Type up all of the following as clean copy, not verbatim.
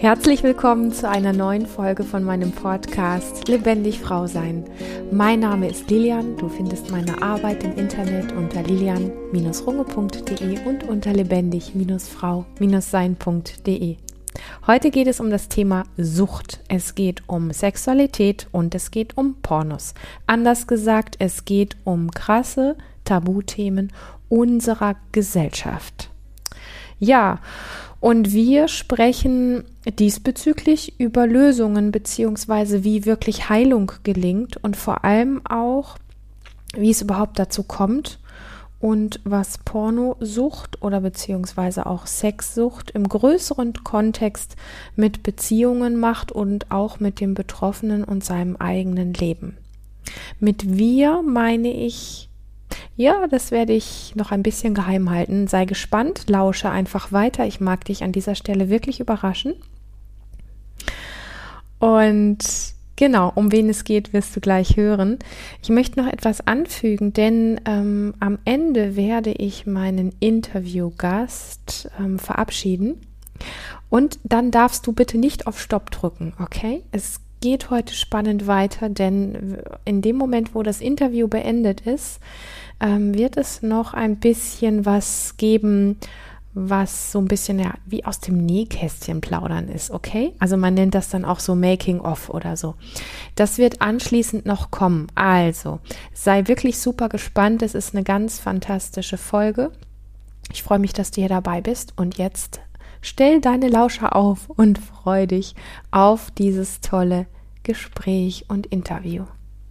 Herzlich willkommen zu einer neuen Folge von meinem Podcast Lebendig Frau Sein. Mein Name ist Lilian, du findest meine Arbeit im Internet unter lilian-runge.de und unter lebendig-frau-sein.de. Heute geht es um das Thema Sucht. Es geht um Sexualität und es geht um Pornos. Anders gesagt, es geht um krasse Tabuthemen unserer Gesellschaft. Ja, und wir sprechen diesbezüglich über Lösungen beziehungsweise wie wirklich Heilung gelingt und vor allem auch, wie es überhaupt dazu kommt und was Pornosucht oder beziehungsweise auch Sexsucht im größeren Kontext mit Beziehungen macht und auch mit dem Betroffenen und seinem eigenen Leben. Mit wir meine ich, ja, das werde ich noch ein bisschen geheim halten. Sei gespannt, lausche einfach weiter. Ich mag dich an dieser Stelle wirklich überraschen. Und genau, um wen es geht, wirst du gleich hören. Ich möchte noch etwas anfügen, denn am Ende werde ich meinen Interviewgast verabschieden. Und dann darfst du bitte nicht auf Stopp drücken, okay? Es geht heute spannend weiter, denn in dem Moment, wo das Interview beendet ist, wird es noch ein bisschen was geben, was so ein bisschen ja, wie aus dem Nähkästchen plaudern ist, okay? Also man nennt das dann auch so Making of oder so. Das wird anschließend noch kommen. Also sei wirklich super gespannt. Es ist eine ganz fantastische Folge. Ich freue mich, dass du hier dabei bist. Und jetzt stell deine Lauscher auf und freu dich auf dieses tolle Gespräch und Interview.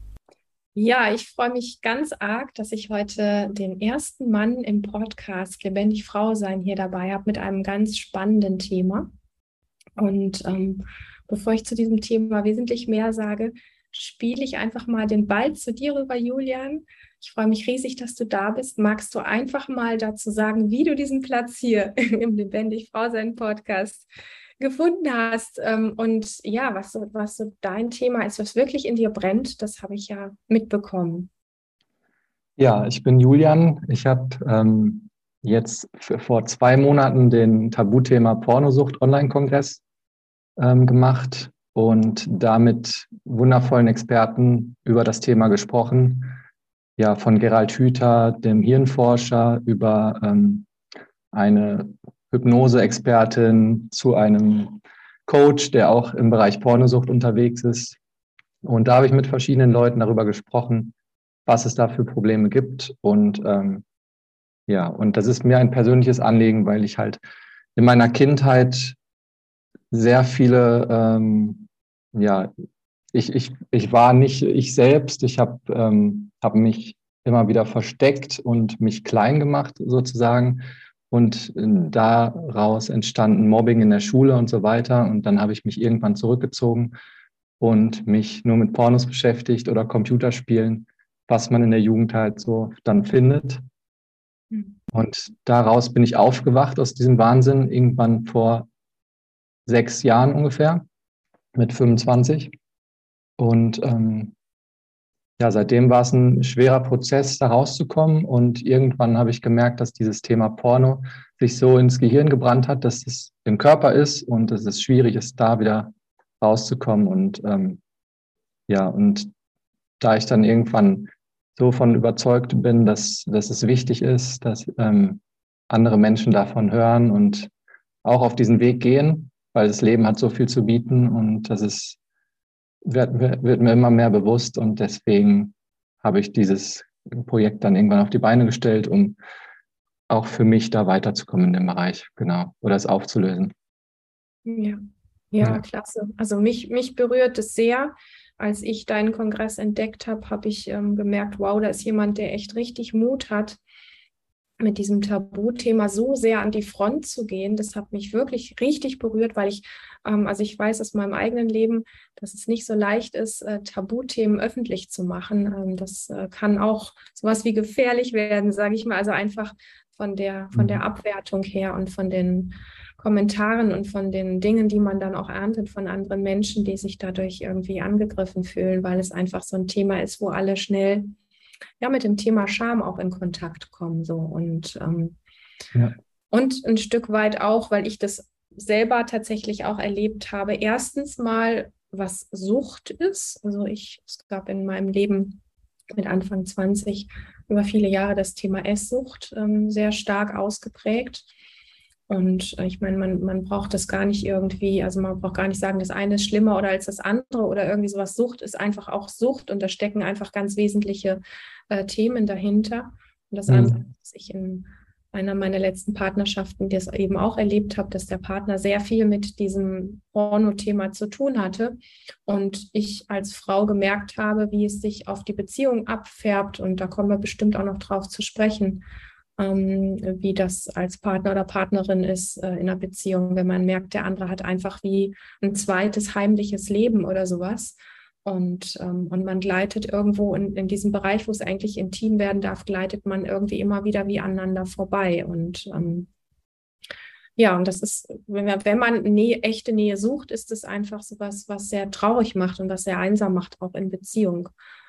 Ja, ich freue mich ganz arg, dass ich heute den ersten Mann im Podcast Lebendig Frau Sein hier dabei habe mit einem ganz spannenden Thema. Und bevor ich zu diesem Thema wesentlich mehr sage, spiele ich einfach mal den Ball zu dir rüber, Julian. Ich freue mich riesig, dass du da bist. Magst du einfach mal dazu sagen, wie du diesen Platz hier im Lebendig Frau Sein Podcast gefunden hast und ja, was so dein Thema ist, was wirklich in dir brennt, das habe ich ja mitbekommen. Ja, ich bin Julian. Ich habe jetzt vor 2 Monaten den Tabuthema Pornosucht Online-Kongress gemacht und da mit wundervollen Experten über das Thema gesprochen. Ja, von Gerald Hüther, dem Hirnforscher, über eine Hypnose-Expertin zu einem Coach, der auch im Bereich Pornosucht unterwegs ist. Und da habe ich mit verschiedenen Leuten darüber gesprochen, was es da für Probleme gibt. Und ja, und das ist mir ein persönliches Anliegen, weil ich halt in meiner Kindheit sehr viele, ja, ich war nicht ich selbst. Ich hab mich immer wieder versteckt und mich klein gemacht sozusagen. Und daraus entstanden Mobbing in der Schule und so weiter. Und dann habe ich mich irgendwann zurückgezogen und mich nur mit Pornos beschäftigt oder Computerspielen, was man in der Jugend halt so dann findet. Und daraus bin ich aufgewacht aus diesem Wahnsinn, irgendwann vor 6 Jahren ungefähr, mit 25. Und ja, seitdem war es ein schwerer Prozess, da rauszukommen. Und irgendwann habe ich gemerkt, dass dieses Thema Porno sich so ins Gehirn gebrannt hat, dass es im Körper ist und dass es schwierig ist, da wieder rauszukommen. Und ja, und da ich dann irgendwann so von überzeugt bin, dass es wichtig ist, dass andere Menschen davon hören und auch auf diesen Weg gehen, weil das Leben hat so viel zu bieten und das wird mir immer mehr bewusst und deswegen habe ich dieses Projekt dann irgendwann auf die Beine gestellt, um auch für mich da weiterzukommen in dem Bereich, genau, oder es aufzulösen. Ja, klasse. Also mich berührt es sehr. Als ich deinen Kongress entdeckt habe, habe ich gemerkt, wow, da ist jemand, der echt richtig Mut hat, mit diesem Tabuthema so sehr an die Front zu gehen. Das hat mich wirklich richtig berührt, weil also ich weiß aus meinem eigenen Leben, dass es nicht so leicht ist, Tabuthemen öffentlich zu machen. Das kann auch sowas wie gefährlich werden, sage ich mal. Also einfach von der Abwertung her und von den Kommentaren und von den Dingen, die man dann auch erntet von anderen Menschen, die sich dadurch irgendwie angegriffen fühlen, weil es einfach so ein Thema ist, wo alle schnell ja mit dem Thema Scham auch in Kontakt kommen so und ein Stück weit auch, weil ich das selber tatsächlich auch erlebt habe. Erstens mal, was Sucht ist. Also es gab in meinem Leben mit Anfang 20 über viele Jahre das Thema Esssucht sehr stark ausgeprägt. Und ich meine, man braucht das gar nicht irgendwie, also man braucht gar nicht sagen, das eine ist schlimmer oder als das andere oder irgendwie sowas. Sucht ist einfach auch Sucht und da stecken einfach ganz wesentliche Themen dahinter. Und das andere, Mhm. was ich in einer meiner letzten Partnerschaften, das eben auch erlebt habe, dass der Partner sehr viel mit diesem Porno-Thema zu tun hatte und ich als Frau gemerkt habe, wie es sich auf die Beziehung abfärbt und da kommen wir bestimmt auch noch drauf zu sprechen, wie das als Partner oder Partnerin ist in einer Beziehung, wenn man merkt, der andere hat einfach wie ein zweites heimliches Leben oder sowas. Und man gleitet irgendwo in diesem Bereich, wo es eigentlich intim werden darf, gleitet man irgendwie immer wieder wie aneinander vorbei. Ja, und das ist, wenn man echte Nähe sucht, ist es einfach sowas, was sehr traurig macht und was sehr einsam macht, auch in Beziehung.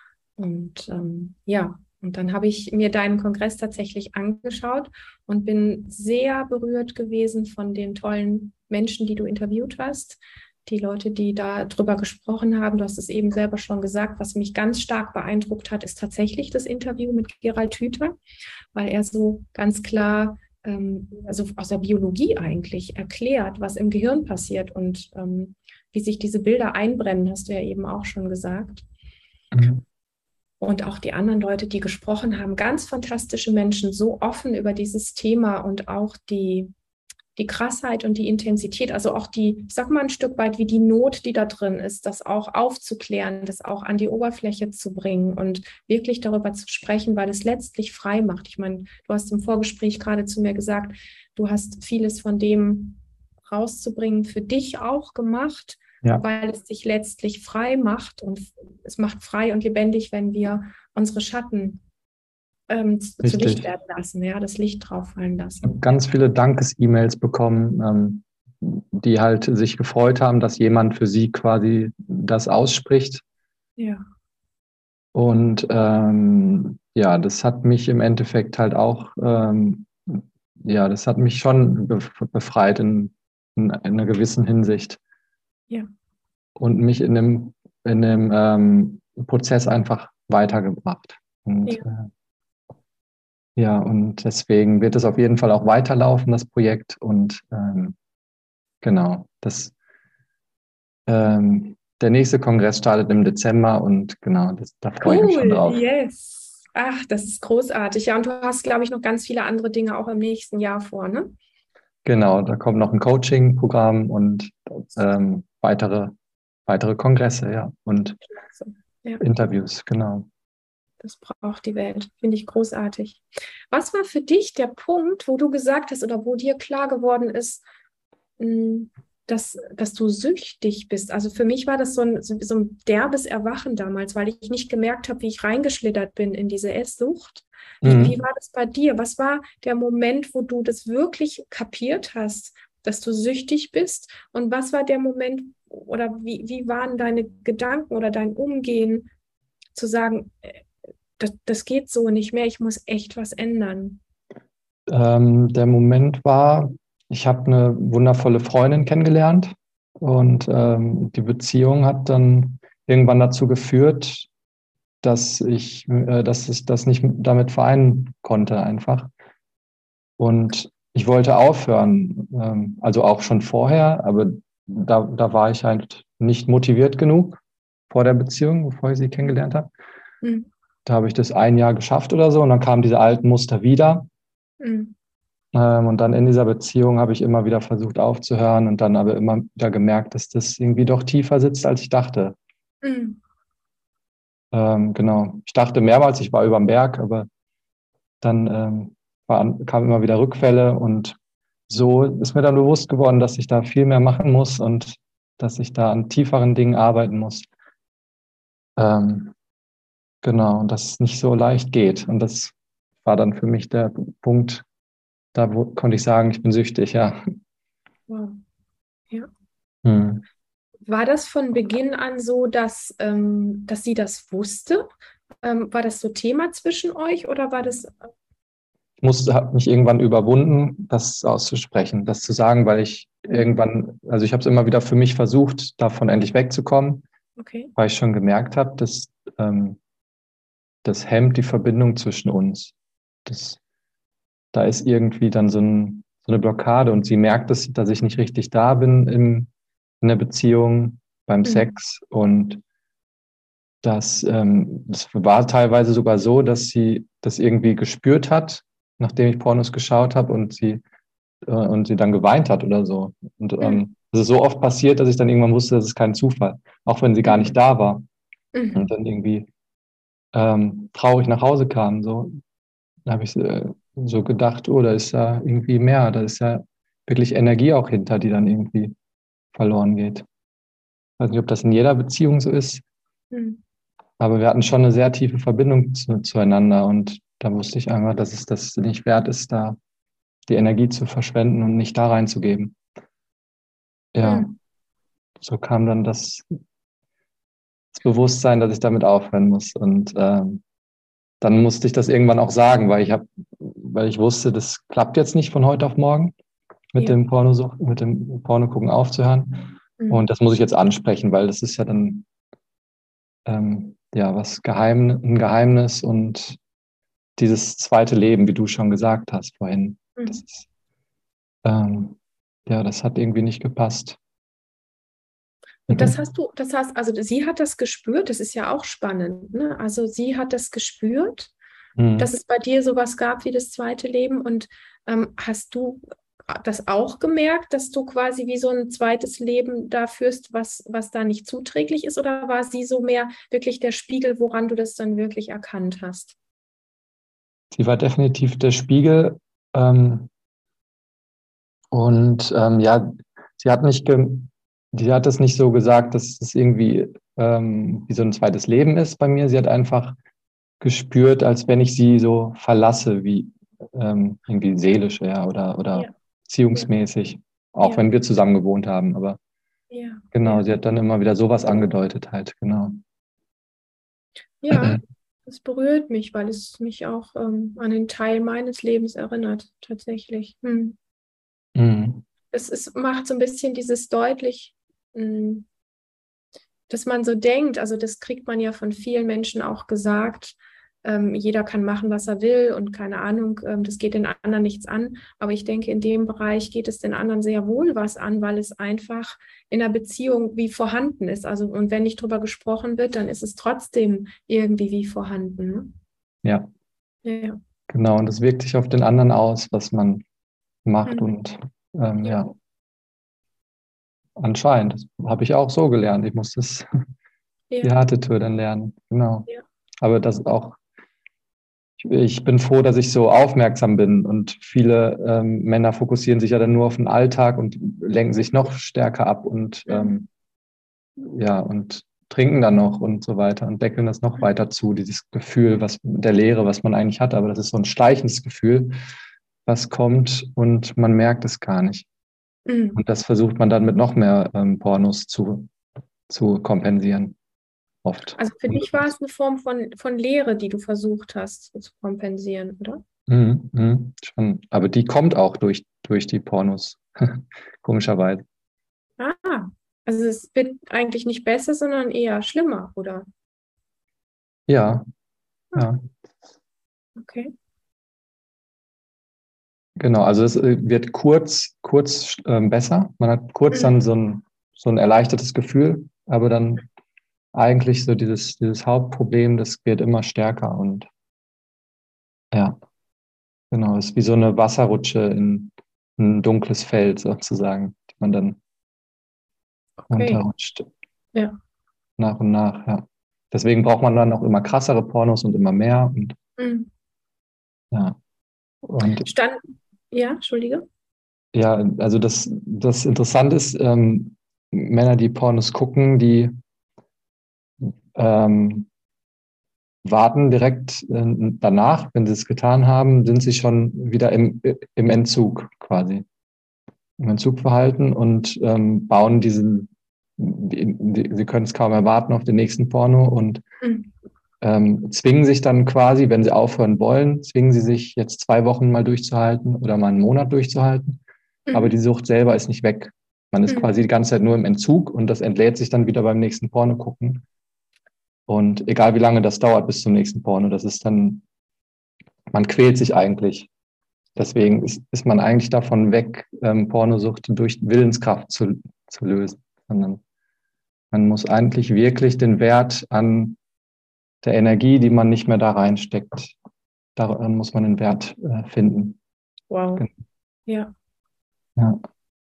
Ja, und dann habe ich mir deinen Kongress tatsächlich angeschaut und bin sehr berührt gewesen von den tollen Menschen, die du interviewt hast. Die Leute, die da drüber gesprochen haben, du hast es eben selber schon gesagt, was mich ganz stark beeindruckt hat, ist tatsächlich das Interview mit Gerald Hüther, weil er so ganz klar, also aus der Biologie eigentlich erklärt, was im Gehirn passiert und wie sich diese Bilder einbrennen, hast du ja eben auch schon gesagt. Mhm. Und auch die anderen Leute, die gesprochen haben, ganz fantastische Menschen, so offen über dieses Thema und auch die Krassheit und die Intensität, also auch die, ich sag mal ein Stück weit, wie die Not, die da drin ist, das auch aufzuklären, das auch an die Oberfläche zu bringen und wirklich darüber zu sprechen, weil es letztlich frei macht. Ich meine, du hast im Vorgespräch gerade zu mir gesagt, du hast vieles von dem rauszubringen für dich auch gemacht, Ja, weil es dich letztlich frei macht und es macht frei und lebendig, wenn wir unsere Schatten zu Licht richtig. werden lassen, ja, das Licht drauf fallen Ich habe lassen. ganz viele Dankes-E-Mails bekommen, die halt sich gefreut haben, dass jemand für sie quasi das ausspricht. Ja. Und ja, das hat mich im Endeffekt halt auch, ja, das hat mich schon befreit in einer gewissen Hinsicht Ja. und mich in dem Prozess einfach weitergebracht. Und Ja, ja, und deswegen wird es auf jeden Fall auch weiterlaufen, das Projekt. Und genau, der nächste Kongress startet im Dezember und genau, da freue ich mich schon cool, drauf. yes. Ach, das ist großartig. Ja, und du hast, glaube ich, noch ganz viele andere Dinge auch im nächsten Jahr vor, ne? Genau, da kommt noch ein Coaching-Programm und weitere Kongresse, ja, und Klasse. Ja, Interviews, genau. das braucht die Welt. Finde ich großartig. Was war für dich der Punkt, wo du gesagt hast oder wo dir klar geworden ist, mh, dass du süchtig bist? Also für mich war das so ein derbes Erwachen damals, weil ich nicht gemerkt habe, wie ich reingeschlittert bin in diese Esssucht. Wie Mhm. war das bei dir? Was war der Moment, wo du das wirklich kapiert hast, dass du süchtig bist? Und was war der Moment oder wie waren deine Gedanken oder dein Umgehen zu sagen, das geht so nicht mehr, ich muss echt was ändern? Der Moment war, ich habe eine wundervolle Freundin kennengelernt und die Beziehung hat dann irgendwann dazu geführt, dass ich das nicht damit vereinen konnte einfach. Und ich wollte aufhören, also auch schon vorher, aber da war ich halt nicht motiviert genug vor der Beziehung, bevor ich sie kennengelernt habe. Mhm. Da habe ich das ein Jahr geschafft oder so und dann kamen diese alten Muster wieder. Mhm. Und dann in dieser Beziehung habe ich immer wieder versucht aufzuhören und dann aber immer wieder gemerkt, dass das irgendwie doch tiefer sitzt, als ich dachte. Mhm. Genau. Ich dachte mehrmals, ich war über dem Berg, aber dann kamen immer wieder Rückfälle und so ist mir dann bewusst geworden, dass ich da viel mehr machen muss und dass ich da an tieferen Dingen arbeiten muss. Ähm, genau, und dass es nicht so leicht geht. Und das war dann für mich der Punkt, konnte ich sagen, ich bin süchtig, ja. Wow. Ja. Hm. War das von Beginn an so, dass sie das wusste? War das so Thema zwischen euch oder war das? habe mich irgendwann überwunden, das auszusprechen, das zu sagen, weil ich irgendwann, also ich habe es immer wieder für mich versucht, davon endlich wegzukommen, Okay. weil ich schon gemerkt habe, dass das hemmt die Verbindung zwischen uns. Da ist irgendwie dann so eine Blockade und sie merkt es, dass ich nicht richtig da bin in der Beziehung, beim Sex und das war teilweise sogar so, dass sie das irgendwie gespürt hat, nachdem ich Pornos geschaut habe und sie dann geweint hat oder so. Und das ist so oft passiert, dass ich dann irgendwann wusste, das ist kein Zufall, auch wenn sie gar nicht da war und dann irgendwie traurig nach Hause kam. So, da habe ich so gedacht, oh, da ist ja irgendwie mehr, da ist ja wirklich Energie auch hinter, die dann irgendwie verloren geht. Ich weiß nicht, ob das in jeder Beziehung so ist, aber wir hatten schon eine sehr tiefe Verbindung zueinander und da wusste ich einfach, dass es das nicht wert ist, da die Energie zu verschwenden und nicht da reinzugeben. Ja, so kam dann das Bewusstsein, dass ich damit aufhören muss. Und dann musste ich das irgendwann auch sagen, weil ich wusste, das klappt jetzt nicht von heute auf morgen mit dem Pornogucken aufzuhören. Und das muss ich jetzt ansprechen, weil das ist ja dann ein Geheimnis und dieses zweite Leben, wie du schon gesagt hast vorhin, das ist, das hat irgendwie nicht gepasst. Und also sie hat das gespürt, das ist ja auch spannend, ne? Also sie hat das gespürt, dass es bei dir sowas gab wie das zweite Leben und hast du das auch gemerkt, dass du quasi wie so ein zweites Leben da führst, was da nicht zuträglich ist, oder war sie so mehr wirklich der Spiegel, woran du das dann wirklich erkannt hast? Sie war definitiv der Spiegel sie hat es nicht so gesagt, dass es irgendwie wie so ein zweites Leben ist bei mir. Sie hat einfach gespürt, als wenn ich sie so verlasse, wie irgendwie seelisch oder beziehungsmäßig, auch wenn wir zusammen gewohnt haben. Aber genau, sie hat dann immer wieder sowas angedeutet halt, genau. Ja, das berührt mich, weil es mich auch an einen Teil meines Lebens erinnert, tatsächlich. Es macht so ein bisschen dieses deutlich, dass man so denkt, also das kriegt man ja von vielen Menschen auch gesagt, jeder kann machen, was er will und keine Ahnung, das geht den anderen nichts an. Aber ich denke, in dem Bereich geht es den anderen sehr wohl was an, weil es einfach in der Beziehung wie vorhanden ist. Also, und wenn nicht drüber gesprochen wird, dann ist es trotzdem irgendwie wie vorhanden. Ne? Ja, genau. Und das wirkt sich auf den anderen aus, was man macht und anscheinend. Das habe ich auch so gelernt. Ich muss das die harte Tour dann lernen. Genau. Ja. Aber das ist auch, ich bin froh, dass ich so aufmerksam bin und viele Männer fokussieren sich ja dann nur auf den Alltag und lenken sich noch stärker ab und und trinken dann noch und so weiter und deckeln das noch weiter zu, dieses Gefühl, der Leere, was man eigentlich hat. Aber das ist so ein schleichendes Gefühl, was kommt und man merkt es gar nicht. Und das versucht man dann mit noch mehr Pornos zu kompensieren. Oft. Also für dich war es eine Form von Leere, die du versucht hast zu kompensieren, oder? Schon. Aber die kommt auch durch die Pornos, komischerweise. Also es wird eigentlich nicht besser, sondern eher schlimmer, oder? Ja. Okay. Genau, also es wird kurz besser. Man hat kurz dann so ein erleichtertes Gefühl, aber dann eigentlich so dieses Hauptproblem, das wird immer stärker und ja, genau, ist wie so eine Wasserrutsche in ein dunkles Feld sozusagen, die man dann runterrutscht. Ja. Nach und nach, ja. Deswegen braucht man dann auch immer krassere Pornos und immer mehr und ja. Und ja, Entschuldige. Ja, also das Interessante ist, Männer, die Pornos gucken, die warten direkt danach, wenn sie es getan haben, sind sie schon wieder im Entzug quasi, im Entzugverhalten und bauen sie können es kaum erwarten auf den nächsten Porno und zwingen sich dann quasi, wenn sie aufhören wollen, zwingen sie sich jetzt 2 Wochen mal durchzuhalten oder mal einen Monat durchzuhalten. Aber die Sucht selber ist nicht weg. Man ist quasi die ganze Zeit nur im Entzug und das entlädt sich dann wieder beim nächsten Porno gucken. Und egal wie lange das dauert bis zum nächsten Porno, das ist dann, man quält sich eigentlich. Deswegen ist man eigentlich davon weg, Pornosucht durch Willenskraft zu lösen. Sondern man muss eigentlich wirklich den Wert an der Energie, die man nicht mehr da reinsteckt, daran muss man den Wert finden. Wow. Ja. Ja.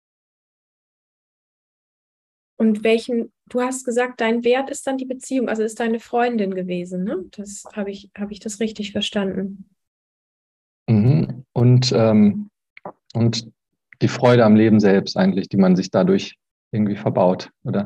Und du hast gesagt, dein Wert ist dann die Beziehung, also ist deine Freundin gewesen, ne? Das habe ich das richtig verstanden. Mhm. Und die Freude am Leben selbst eigentlich, die man sich dadurch irgendwie verbaut oder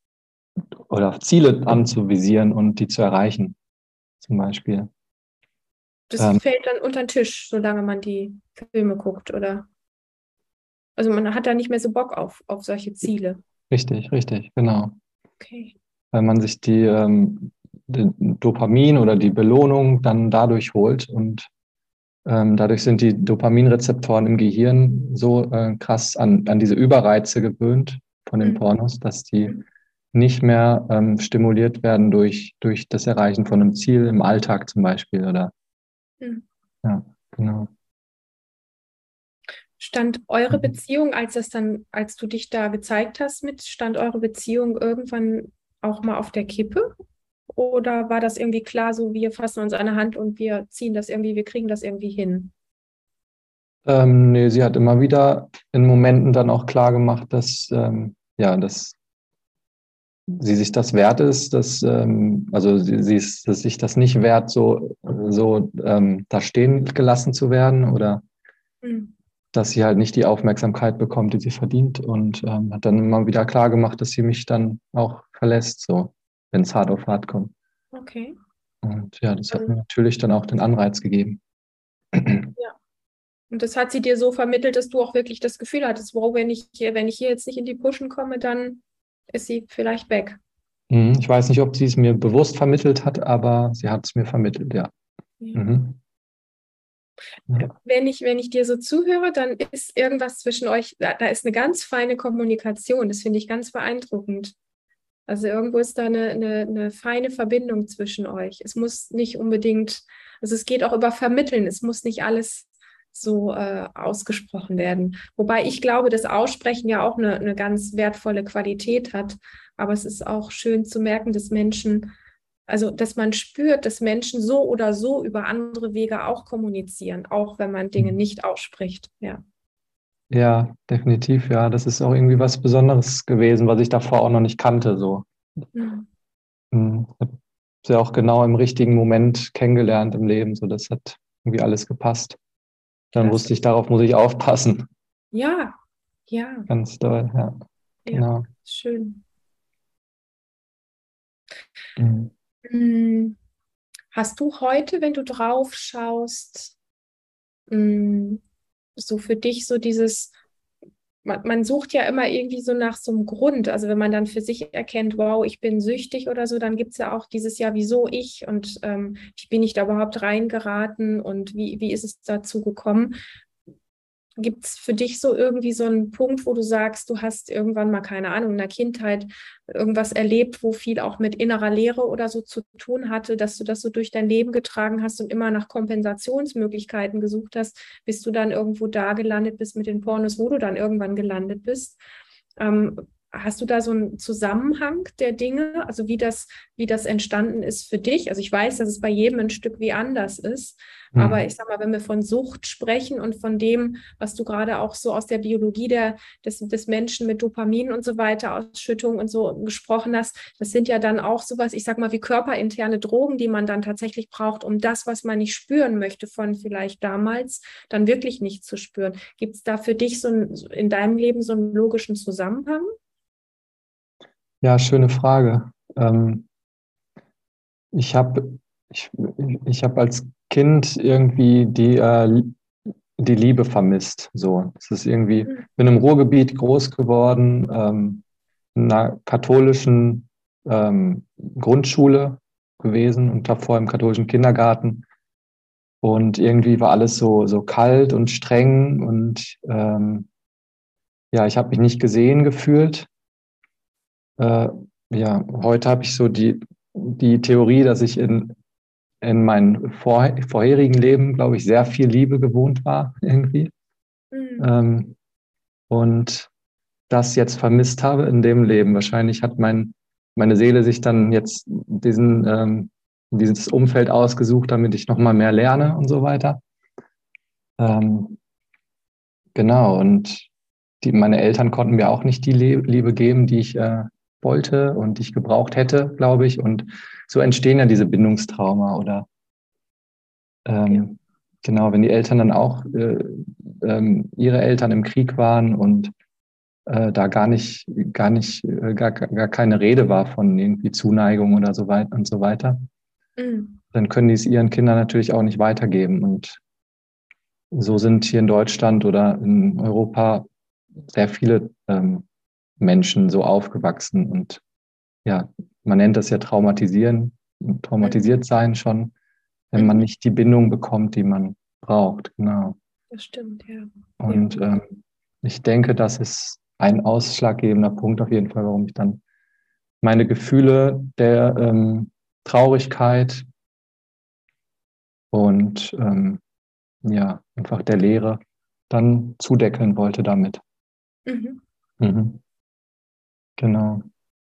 Ziele anzuvisieren und die zu erreichen, zum Beispiel. Das fällt dann unter den Tisch, solange man die Filme guckt, oder? Also man hat da nicht mehr so Bock auf solche Ziele. Richtig, genau. Okay. Weil man sich den Dopamin oder die Belohnung dann dadurch holt und dadurch sind die Dopaminrezeptoren im Gehirn so krass an diese Überreize gewöhnt von den Pornos, dass die nicht mehr stimuliert werden durch das Erreichen von einem Ziel im Alltag zum Beispiel. Oder ja, genau. Stand eure Beziehung, als du dich da gezeigt hast stand eure Beziehung irgendwann auch mal auf der Kippe? Oder war das irgendwie klar, so wir fassen uns an der Hand und wir ziehen das irgendwie, wir kriegen das irgendwie hin? Nee, sie hat immer wieder in Momenten dann auch klar gemacht, dass sie sich das wert ist, dass sich das nicht wert, so da stehen gelassen zu werden oder dass sie halt nicht die Aufmerksamkeit bekommt, die sie verdient und hat dann immer wieder klar gemacht, dass sie mich dann auch verlässt, so wenn es hart auf hart kommt. Okay. Und ja, das hat mir natürlich dann auch den Anreiz gegeben. Ja. Und das hat sie dir so vermittelt, dass du auch wirklich das Gefühl hattest, wow, wenn ich hier jetzt nicht in die Pushen komme, dann ist sie vielleicht weg. Ich weiß nicht, ob sie es mir bewusst vermittelt hat, aber sie hat es mir vermittelt, ja. Mhm. Ja. Wenn ich dir so zuhöre, dann ist irgendwas zwischen euch, da ist eine ganz feine Kommunikation. Das finde ich ganz beeindruckend. Also irgendwo ist da eine feine Verbindung zwischen euch. Es muss nicht unbedingt, also es geht auch über Vermitteln. Es muss nicht alles so ausgesprochen werden. Wobei ich glaube, dass Aussprechen ja auch eine ganz wertvolle Qualität hat. Aber es ist auch schön zu merken, dass dass man spürt, dass Menschen so oder so über andere Wege auch kommunizieren, auch wenn man Dinge nicht ausspricht. Ja. Ja, definitiv, ja. Das ist auch irgendwie was Besonderes gewesen, was ich davor auch noch nicht kannte. So. Ich habe sie auch genau im richtigen Moment kennengelernt im Leben. So, das hat irgendwie alles gepasst. Dann wusste ich, darauf muss ich aufpassen. Ja, ja. Ganz doll, ja. Genau. Ja, schön. Hast du heute, wenn du drauf schaust, so für dich so man sucht ja immer irgendwie so nach so einem Grund. Also wenn man dann für sich erkennt, wow, ich bin süchtig oder so, dann gibt es ja auch dieses Jahr, wieso ich und wie bin ich da überhaupt reingeraten und wie ist es dazu gekommen? Gibt es für dich so irgendwie so einen Punkt, wo du sagst, du hast irgendwann mal, keine Ahnung, in der Kindheit irgendwas erlebt, wo viel auch mit innerer Leere oder so zu tun hatte, dass du das so durch dein Leben getragen hast und immer nach Kompensationsmöglichkeiten gesucht hast, bis du dann irgendwo da gelandet bist mit den Pornos, wo du dann irgendwann gelandet bist? Hast du da so einen Zusammenhang der Dinge, also wie das entstanden ist für dich? Also ich weiß, dass es bei jedem ein Stück wie anders ist, aber ich sag mal, wenn wir von Sucht sprechen und von dem, was du gerade auch so aus der Biologie des Menschen mit Dopamin und so weiter, Ausschüttung und so gesprochen hast, das sind ja dann auch sowas, ich sag mal, wie körperinterne Drogen, die man dann tatsächlich braucht, um das, was man nicht spüren möchte von vielleicht damals, dann wirklich nicht zu spüren. Gibt es da für dich in deinem Leben so einen logischen Zusammenhang? Ja, schöne Frage. Ich habe als Kind irgendwie die Liebe vermisst. So, es ist irgendwie, ich bin im Ruhrgebiet groß geworden, in einer katholischen Grundschule gewesen und davor im katholischen Kindergarten. Und irgendwie war alles so kalt und streng und ja, ich habe mich nicht gesehen gefühlt. Ja, heute habe ich so die Theorie, dass ich in meinem vorherigen Leben, glaube ich, sehr viel Liebe gewohnt war irgendwie. Mhm. Und das jetzt vermisst habe in dem Leben. Wahrscheinlich hat meine Seele sich dann jetzt dieses Umfeld ausgesucht, damit ich nochmal mehr lerne und so weiter. Genau, und meine Eltern konnten mir auch nicht die Liebe geben, die ich wollte und die ich gebraucht hätte, glaube ich. Und so entstehen ja diese Bindungstrauma oder Ja. genau, wenn die Eltern dann auch ihre Eltern im Krieg waren und da gar keine Rede war von irgendwie Zuneigung oder so weiter und so weiter, Mhm. dann können die es ihren Kindern natürlich auch nicht weitergeben. Und so sind hier in Deutschland oder in Europa sehr viele Menschen so aufgewachsen. Und ja, man nennt das ja Mhm. traumatisiert sein schon, wenn man Mhm. nicht die Bindung bekommt, die man braucht. Genau. Das stimmt, ja. Ja. Und ich denke, das ist ein ausschlaggebender Punkt auf jeden Fall, warum ich dann meine Gefühle der Traurigkeit und ja, einfach der Leere dann zudeckeln wollte damit. Mhm. Mhm. Genau.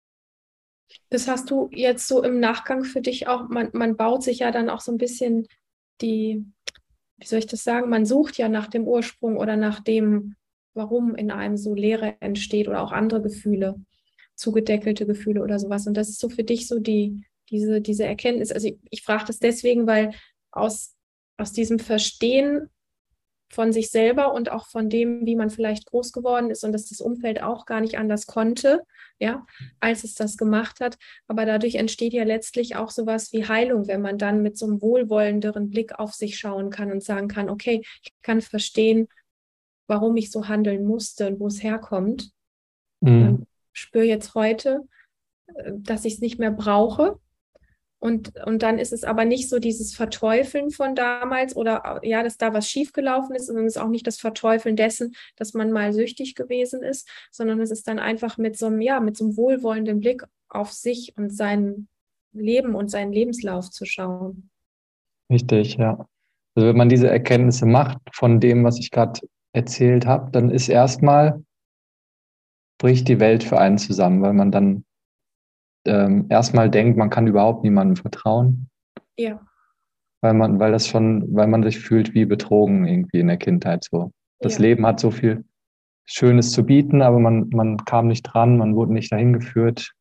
Das hast du jetzt so im Nachgang für dich auch, man baut sich ja dann auch so ein bisschen die, wie soll ich das sagen, man sucht ja nach dem Ursprung oder nach dem, warum in einem so Leere entsteht oder auch andere Gefühle, zugedeckelte Gefühle oder sowas. Und das ist so für dich so diese Erkenntnis. Also ich frage das deswegen, weil aus, aus diesem Verstehen von sich selber und auch von dem, wie man vielleicht groß geworden ist und dass das Umfeld auch gar nicht anders konnte, ja, als es das gemacht hat. Aber dadurch entsteht ja letztlich auch sowas wie Heilung, wenn man dann mit so einem wohlwollenderen Blick auf sich schauen kann und sagen kann, okay, ich kann verstehen, warum ich so handeln musste und wo es herkommt. Und Mhm. spüre jetzt heute, dass ich es nicht mehr brauche. Und dann ist es aber nicht so dieses Verteufeln von damals oder ja, dass da was schiefgelaufen ist, sondern es ist auch nicht das Verteufeln dessen, dass man mal süchtig gewesen ist, sondern es ist dann einfach mit so einem, ja, mit so einem wohlwollenden Blick auf sich und sein Leben und seinen Lebenslauf zu schauen. Richtig, ja. Also wenn man diese Erkenntnisse macht von dem, was ich gerade erzählt habe, dann ist erstmal, bricht die Welt für einen zusammen, weil man dann erstmal denkt, man kann überhaupt niemandem vertrauen, Ja, weil man sich fühlt wie betrogen irgendwie in der Kindheit so. Das ja, Leben hat so viel Schönes zu bieten, aber man kam nicht dran, man wurde nicht dahin geführt.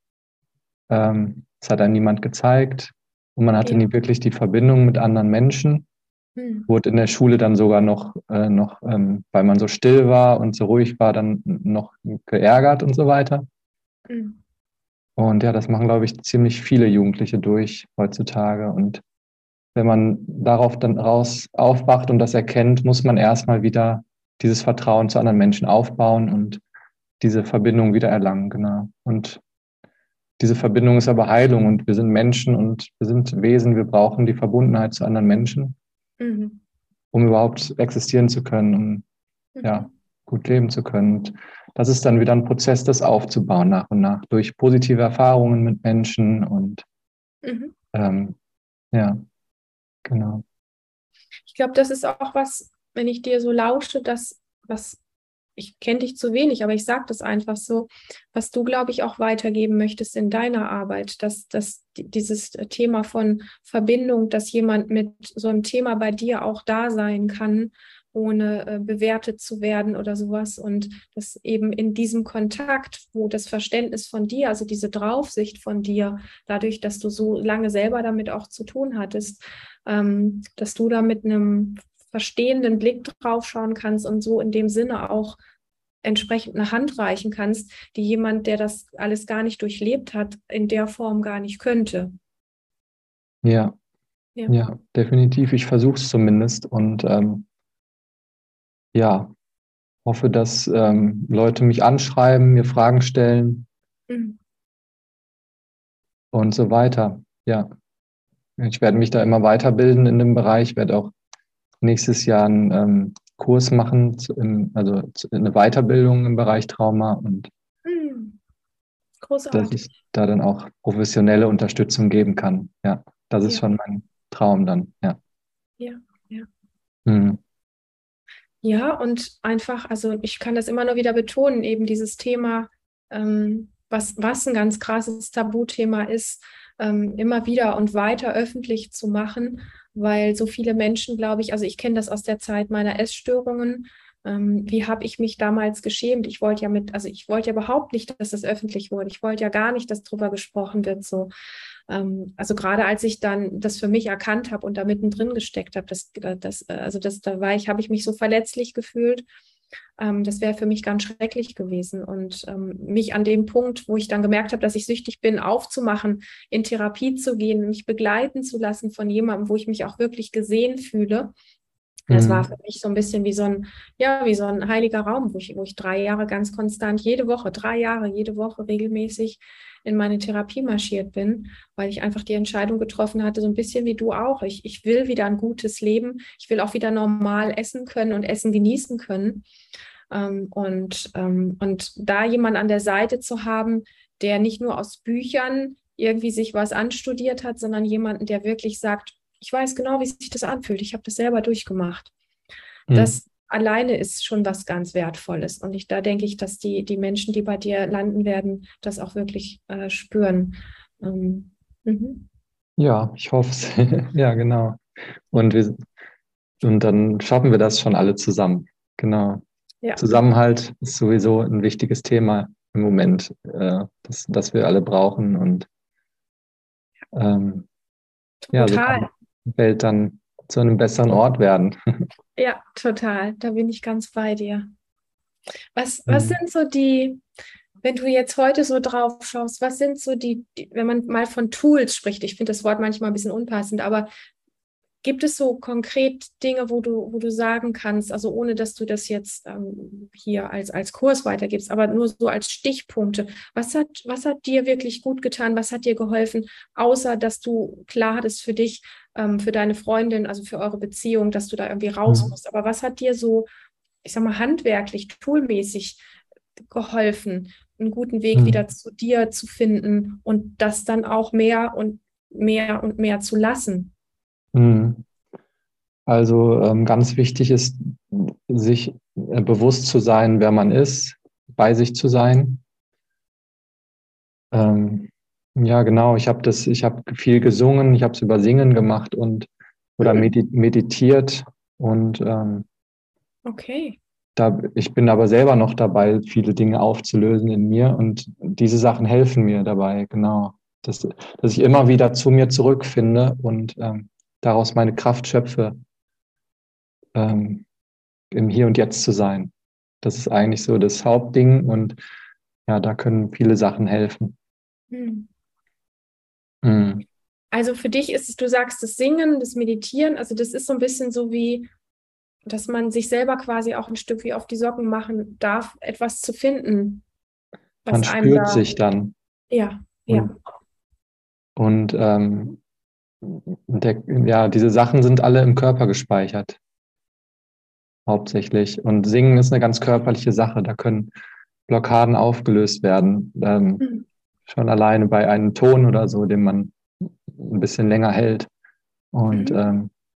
Es hat einem niemand gezeigt und man hatte ja. nie wirklich die Verbindung mit anderen Menschen. Hm. Wurde in der Schule dann sogar noch weil man so still war und so ruhig war, dann noch geärgert und so weiter. Hm. Und ja, das machen, glaube ich, ziemlich viele Jugendliche durch heutzutage. Und wenn man darauf dann raus aufwacht und das erkennt, muss man erstmal wieder dieses Vertrauen zu anderen Menschen aufbauen und diese Verbindung wieder erlangen, genau. Und diese Verbindung ist aber Heilung und wir sind Menschen und wir sind Wesen, wir brauchen die Verbundenheit zu anderen Menschen, Mhm. um überhaupt existieren zu können, um ja, Mhm. gut leben zu können. Und das ist dann wieder ein Prozess, das aufzubauen nach und nach durch positive Erfahrungen mit Menschen und Mhm. ähm, ja, genau. Ich glaube, das ist auch was, wenn ich dir so lausche, dass was ich kenne dich zu wenig, aber ich sage das einfach so, was du, glaube ich, auch weitergeben möchtest in deiner Arbeit, dass dieses Thema von Verbindung, dass jemand mit so einem Thema bei dir auch da sein kann, ohne bewertet zu werden oder sowas. Und dass eben in diesem Kontakt, wo das Verständnis von dir, also diese Draufsicht von dir, dadurch, dass du so lange selber damit auch zu tun hattest, dass du da mit einem verstehenden Blick drauf schauen kannst und so in dem Sinne auch entsprechend eine Hand reichen kannst, die jemand, der das alles gar nicht durchlebt hat, in der Form gar nicht könnte. Ja, Ja. ja, definitiv. Ich versuche es zumindest und ja, hoffe, dass Leute mich anschreiben, mir Fragen stellen Mhm. und so weiter. Ja, Ich werde mich da immer weiterbilden in dem Bereich, werde auch nächstes Jahr einen Kurs machen, eine Weiterbildung im Bereich Trauma und dass Großartig. ich da dann auch professionelle Unterstützung geben kann. Ja, das ist Ja, schon mein Traum dann, ja. ja, ja. Mhm. Ja, und einfach, also ich kann das immer nur wieder betonen, eben dieses Thema, was ein ganz krasses Tabuthema ist, immer wieder und weiter öffentlich zu machen, weil so viele Menschen, glaube ich, also ich kenne das aus der Zeit meiner Essstörungen. Wie habe ich mich damals geschämt? Also ich wollte ja überhaupt nicht, dass das öffentlich wurde. Ich wollte ja gar nicht, dass drüber gesprochen wird, so. Also gerade als ich dann das für mich erkannt habe und da mittendrin gesteckt habe, habe ich mich so verletzlich gefühlt. Das wäre für mich ganz schrecklich gewesen. Und mich an dem Punkt, wo ich dann gemerkt habe, dass ich süchtig bin, aufzumachen, in Therapie zu gehen, mich begleiten zu lassen von jemandem, wo ich mich auch wirklich gesehen fühle. Das war Mhm. für mich so ein bisschen wie so ein heiliger Raum, wo ich 3 Jahre ganz konstant, jede Woche, 3 Jahre, jede Woche regelmäßig in meine Therapie marschiert bin, weil ich einfach die Entscheidung getroffen hatte, so ein bisschen wie du auch. Ich will wieder ein gutes Leben. Ich will auch wieder normal essen können und Essen genießen können. Und da jemand an der Seite zu haben, der nicht nur aus Büchern irgendwie sich was anstudiert hat, sondern jemanden, der wirklich sagt, ich weiß genau, wie sich das anfühlt. Ich habe das selber durchgemacht. Mhm. Das alleine ist schon was ganz Wertvolles. Und da denke ich, dass die Menschen, die bei dir landen werden, das auch wirklich spüren. Ähm, mhm. Ja, ich hoffe es. Ja, genau. Und und dann schaffen wir das schon alle zusammen. Genau. Ja, Zusammenhalt ist sowieso ein wichtiges Thema im Moment, das wir alle brauchen. Und ähm, ja, so kann total. die Welt dann zu einem besseren Ort werden. Ja, total. Da bin ich ganz bei dir. Was Mhm. sind so wenn du jetzt heute so drauf schaust, was sind so wenn man mal von Tools spricht, ich finde das Wort manchmal ein bisschen unpassend, aber gibt es so konkret Dinge, wo du sagen kannst, also ohne dass du das jetzt hier als Kurs weitergibst, aber nur so als Stichpunkte, was hat dir wirklich gut getan, was hat dir geholfen, außer dass du klar hattest für dich, für deine Freundin, also für eure Beziehung, dass du da irgendwie raus Mhm. musst, aber was hat dir so, ich sag mal, handwerklich, toolmäßig geholfen, einen guten Weg Mhm. wieder zu dir zu finden und das dann auch mehr und mehr und mehr zu lassen? Mhm. Also ganz wichtig ist, sich bewusst zu sein, wer man ist, bei sich zu sein. Ähm, ja, genau. Ich habe viel gesungen, ich habe es über Singen gemacht oder Hm, meditiert und okay. ich bin aber selber noch dabei, viele Dinge aufzulösen in mir und diese Sachen helfen mir dabei, genau. Dass ich immer wieder zu mir zurückfinde und daraus meine Kraft schöpfe, ähm, im Hier und Jetzt zu sein. Das ist eigentlich so das Hauptding und ja, da können viele Sachen helfen. Hm. Mhm. Also für dich ist es, du sagst, das Singen, das Meditieren, also das ist so ein bisschen so wie, dass man sich selber quasi auch ein Stück wie auf die Socken machen darf, etwas zu finden, Man was einem spürt da, sich dann ja, ja. und, und ja, diese Sachen sind alle im Körper gespeichert, hauptsächlich. Und Singen ist eine ganz körperliche Sache. Da können Blockaden aufgelöst werden. Hm. Schon alleine bei einem Ton oder so, den man ein bisschen länger hält. Und Mhm.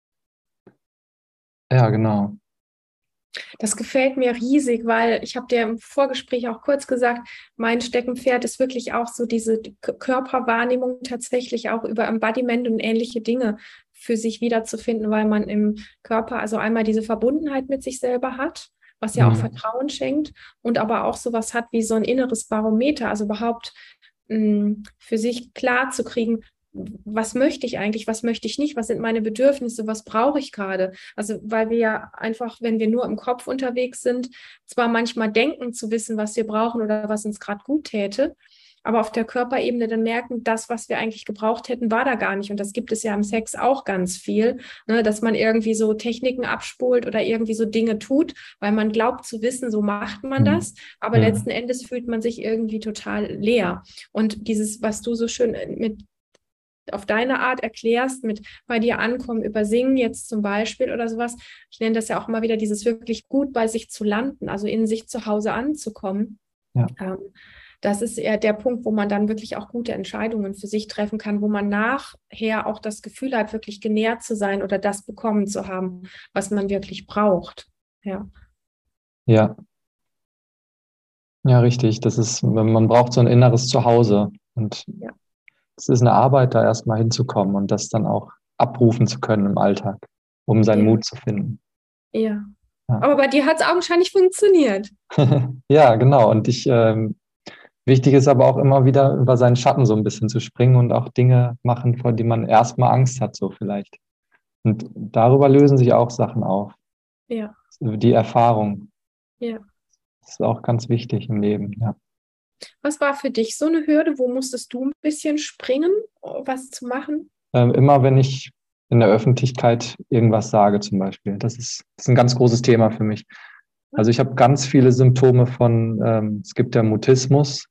ja, genau. Das gefällt mir riesig, weil ich habe dir im Vorgespräch auch kurz gesagt, mein Steckenpferd ist wirklich auch so diese Körperwahrnehmung tatsächlich auch über Embodiment und ähnliche Dinge für sich wiederzufinden, weil man im Körper also einmal diese Verbundenheit mit sich selber hat, was ja auch Mhm. Vertrauen schenkt und aber auch sowas hat wie so ein inneres Barometer, also überhaupt für sich klar zu kriegen, was möchte ich eigentlich, was möchte ich nicht, was sind meine Bedürfnisse, was brauche ich gerade. Also weil wir ja einfach, wenn wir nur im Kopf unterwegs sind, zwar manchmal denken zu wissen, was wir brauchen oder was uns gerade gut täte, aber auf der Körperebene dann merken, das, was wir eigentlich gebraucht hätten, war da gar nicht. Und das gibt es ja im Sex auch ganz viel, ne, dass man irgendwie so Techniken abspult oder irgendwie so Dinge tut, weil man glaubt zu wissen, so macht man Mhm. das, aber letzten Mhm. Endes fühlt man sich irgendwie total leer. Und dieses, was du so schön mit auf deine Art erklärst, mit bei dir ankommen, über Singen jetzt zum Beispiel oder sowas. Ich nenne das ja auch immer wieder dieses wirklich gut bei sich zu landen, also in sich zu Hause anzukommen. Ja. Das ist eher der Punkt, wo man dann wirklich auch gute Entscheidungen für sich treffen kann, wo man nachher auch das Gefühl hat, wirklich genährt zu sein oder das bekommen zu haben, was man wirklich braucht. Ja. Ja. Ja, richtig. Das ist, man braucht so ein inneres Zuhause. Und es ist eine Arbeit, da erstmal hinzukommen und das dann auch abrufen zu können im Alltag, um seinen Mut zu finden. Ja. Aber bei dir hat es augenscheinlich funktioniert. Ja, genau. Und wichtig ist aber auch immer wieder über seinen Schatten so ein bisschen zu springen und auch Dinge machen, vor die man erstmal Angst hat, so vielleicht. Und darüber lösen sich auch Sachen auf. Ja. Die Erfahrung. Ja. Das ist auch ganz wichtig im Leben, ja. Was war für dich so eine Hürde? Wo musstest du ein bisschen springen, was zu machen? Immer wenn ich in der Öffentlichkeit irgendwas sage zum Beispiel. Das ist ein ganz großes Thema für mich. Also ich habe ganz viele Symptome es gibt ja Mutismus,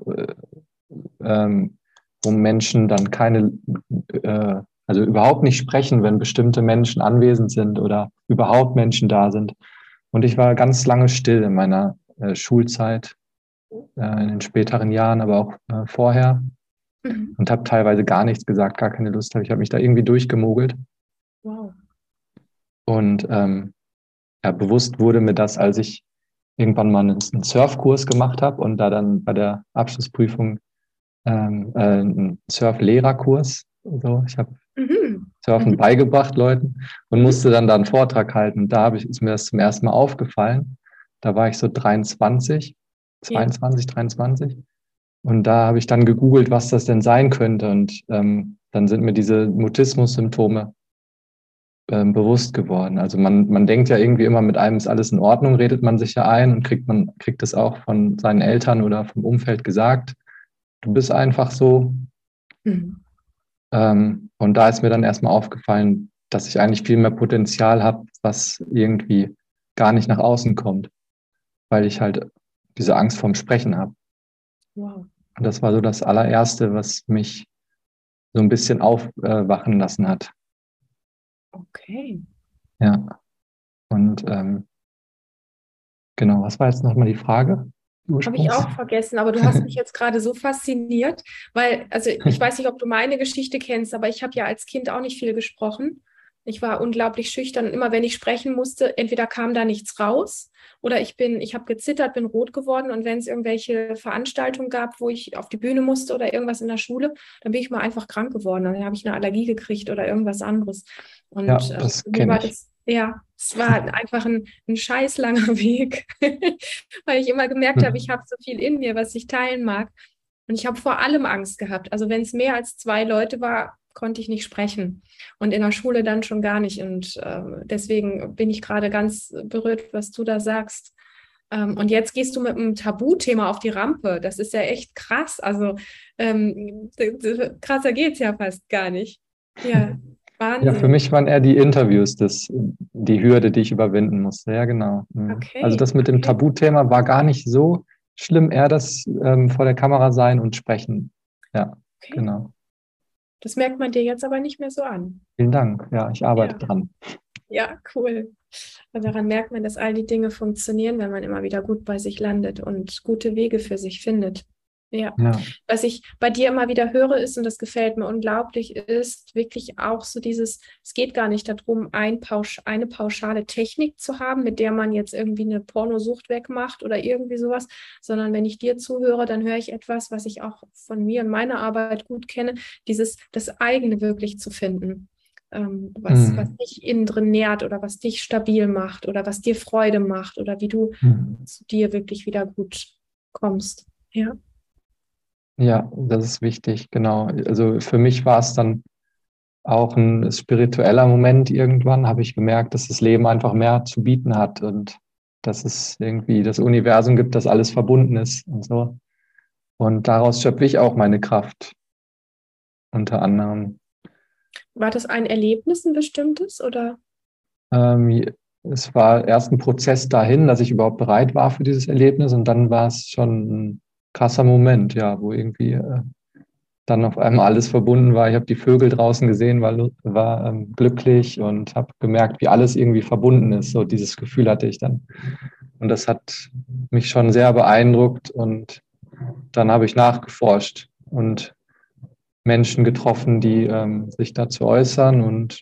wo Menschen dann also überhaupt nicht sprechen, wenn bestimmte Menschen anwesend sind oder überhaupt Menschen da sind. Und ich war ganz lange still in meiner Schulzeit, in den späteren Jahren, aber auch vorher. Und habe teilweise gar nichts gesagt, gar keine Lust. Ich habe mich da irgendwie durchgemogelt. Wow. Und bewusst wurde mir das, als ich irgendwann mal einen Surfkurs gemacht habe und da dann bei der Abschlussprüfung einen Surflehrerkurs. So, ich habe Surfen beigebracht Leuten und musste dann da einen Vortrag halten. Da ist mir das zum ersten Mal aufgefallen. Da war ich so 22. Und da habe ich dann gegoogelt, was das denn sein könnte. Und dann sind mir diese Mutismus-Symptome bewusst geworden. Also man denkt ja irgendwie immer, mit einem ist alles in Ordnung, redet man sich ja ein und kriegt es auch von seinen Eltern oder vom Umfeld gesagt. Du bist einfach so. Und da ist mir dann erstmal aufgefallen, dass ich eigentlich viel mehr Potenzial habe, was irgendwie gar nicht nach außen kommt, weil ich halt diese Angst vorm Sprechen habe. Wow. Und das war so das allererste, was mich so ein bisschen aufwachen lassen hat. Okay. Ja. Und genau, was war jetzt nochmal die Frage? Habe ich auch vergessen, aber du hast mich jetzt gerade so fasziniert, weil, also ich weiß nicht, ob du meine Geschichte kennst, aber ich habe ja als Kind auch nicht viel gesprochen. Ich war unglaublich schüchtern und immer wenn ich sprechen musste, entweder kam da nichts raus oder ich habe gezittert, bin rot geworden und wenn es irgendwelche Veranstaltungen gab, wo ich auf die Bühne musste oder irgendwas in der Schule, dann bin ich mal einfach krank geworden. Dann habe ich eine Allergie gekriegt oder irgendwas anderes. Und ja, das kenne ich. Es war einfach ein scheiß langer Weg, weil ich immer gemerkt habe, ich habe so viel in mir, was ich teilen mag. Und ich habe vor allem Angst gehabt. Also wenn es mehr als 2 Leute war, konnte ich nicht sprechen. Und in der Schule dann schon gar nicht. Und deswegen bin ich gerade ganz berührt, was du da sagst. Und jetzt gehst du mit einem Tabuthema auf die Rampe. Das ist ja echt krass. Also krasser geht es ja fast gar nicht. Ja. Wahnsinn. Ja, für mich waren eher die Interviews die Hürde, die ich überwinden musste. Ja, genau. Okay, also das mit dem Tabuthema war gar nicht so schlimm, eher das vor der Kamera sein und sprechen. Ja, genau. Das merkt man dir jetzt aber nicht mehr so an. Vielen Dank. Ja, ich arbeite dran. Ja, cool. Also daran merkt man, dass all die Dinge funktionieren, wenn man immer wieder gut bei sich landet und gute Wege für sich findet. Ja. Was ich bei dir immer wieder höre ist, und das gefällt mir unglaublich, ist wirklich auch so es geht gar nicht darum, eine pauschale Technik zu haben, mit der man jetzt irgendwie eine Pornosucht wegmacht oder irgendwie sowas, sondern wenn ich dir zuhöre, dann höre ich etwas, was ich auch von mir und meiner Arbeit gut kenne, das eigene wirklich zu finden. Was dich innen drin nährt oder was dich stabil macht oder was dir Freude macht oder wie du zu dir wirklich wieder gut kommst. Ja. Ja, das ist wichtig, genau. Also für mich war es dann auch ein spiritueller Moment irgendwann, habe ich gemerkt, dass das Leben einfach mehr zu bieten hat und dass es irgendwie das Universum gibt, dass alles verbunden ist und so. Und daraus schöpfe ich auch meine Kraft, unter anderem. War das ein Erlebnis, ein bestimmtes, oder? Es war erst ein Prozess dahin, dass ich überhaupt bereit war für dieses Erlebnis und dann war es schon ein krasser Moment, ja, wo irgendwie dann auf einmal alles verbunden war. Ich habe die Vögel draußen gesehen, war glücklich und habe gemerkt, wie alles irgendwie verbunden ist. So dieses Gefühl hatte ich dann. Und das hat mich schon sehr beeindruckt. Und dann habe ich nachgeforscht und Menschen getroffen, die sich dazu äußern und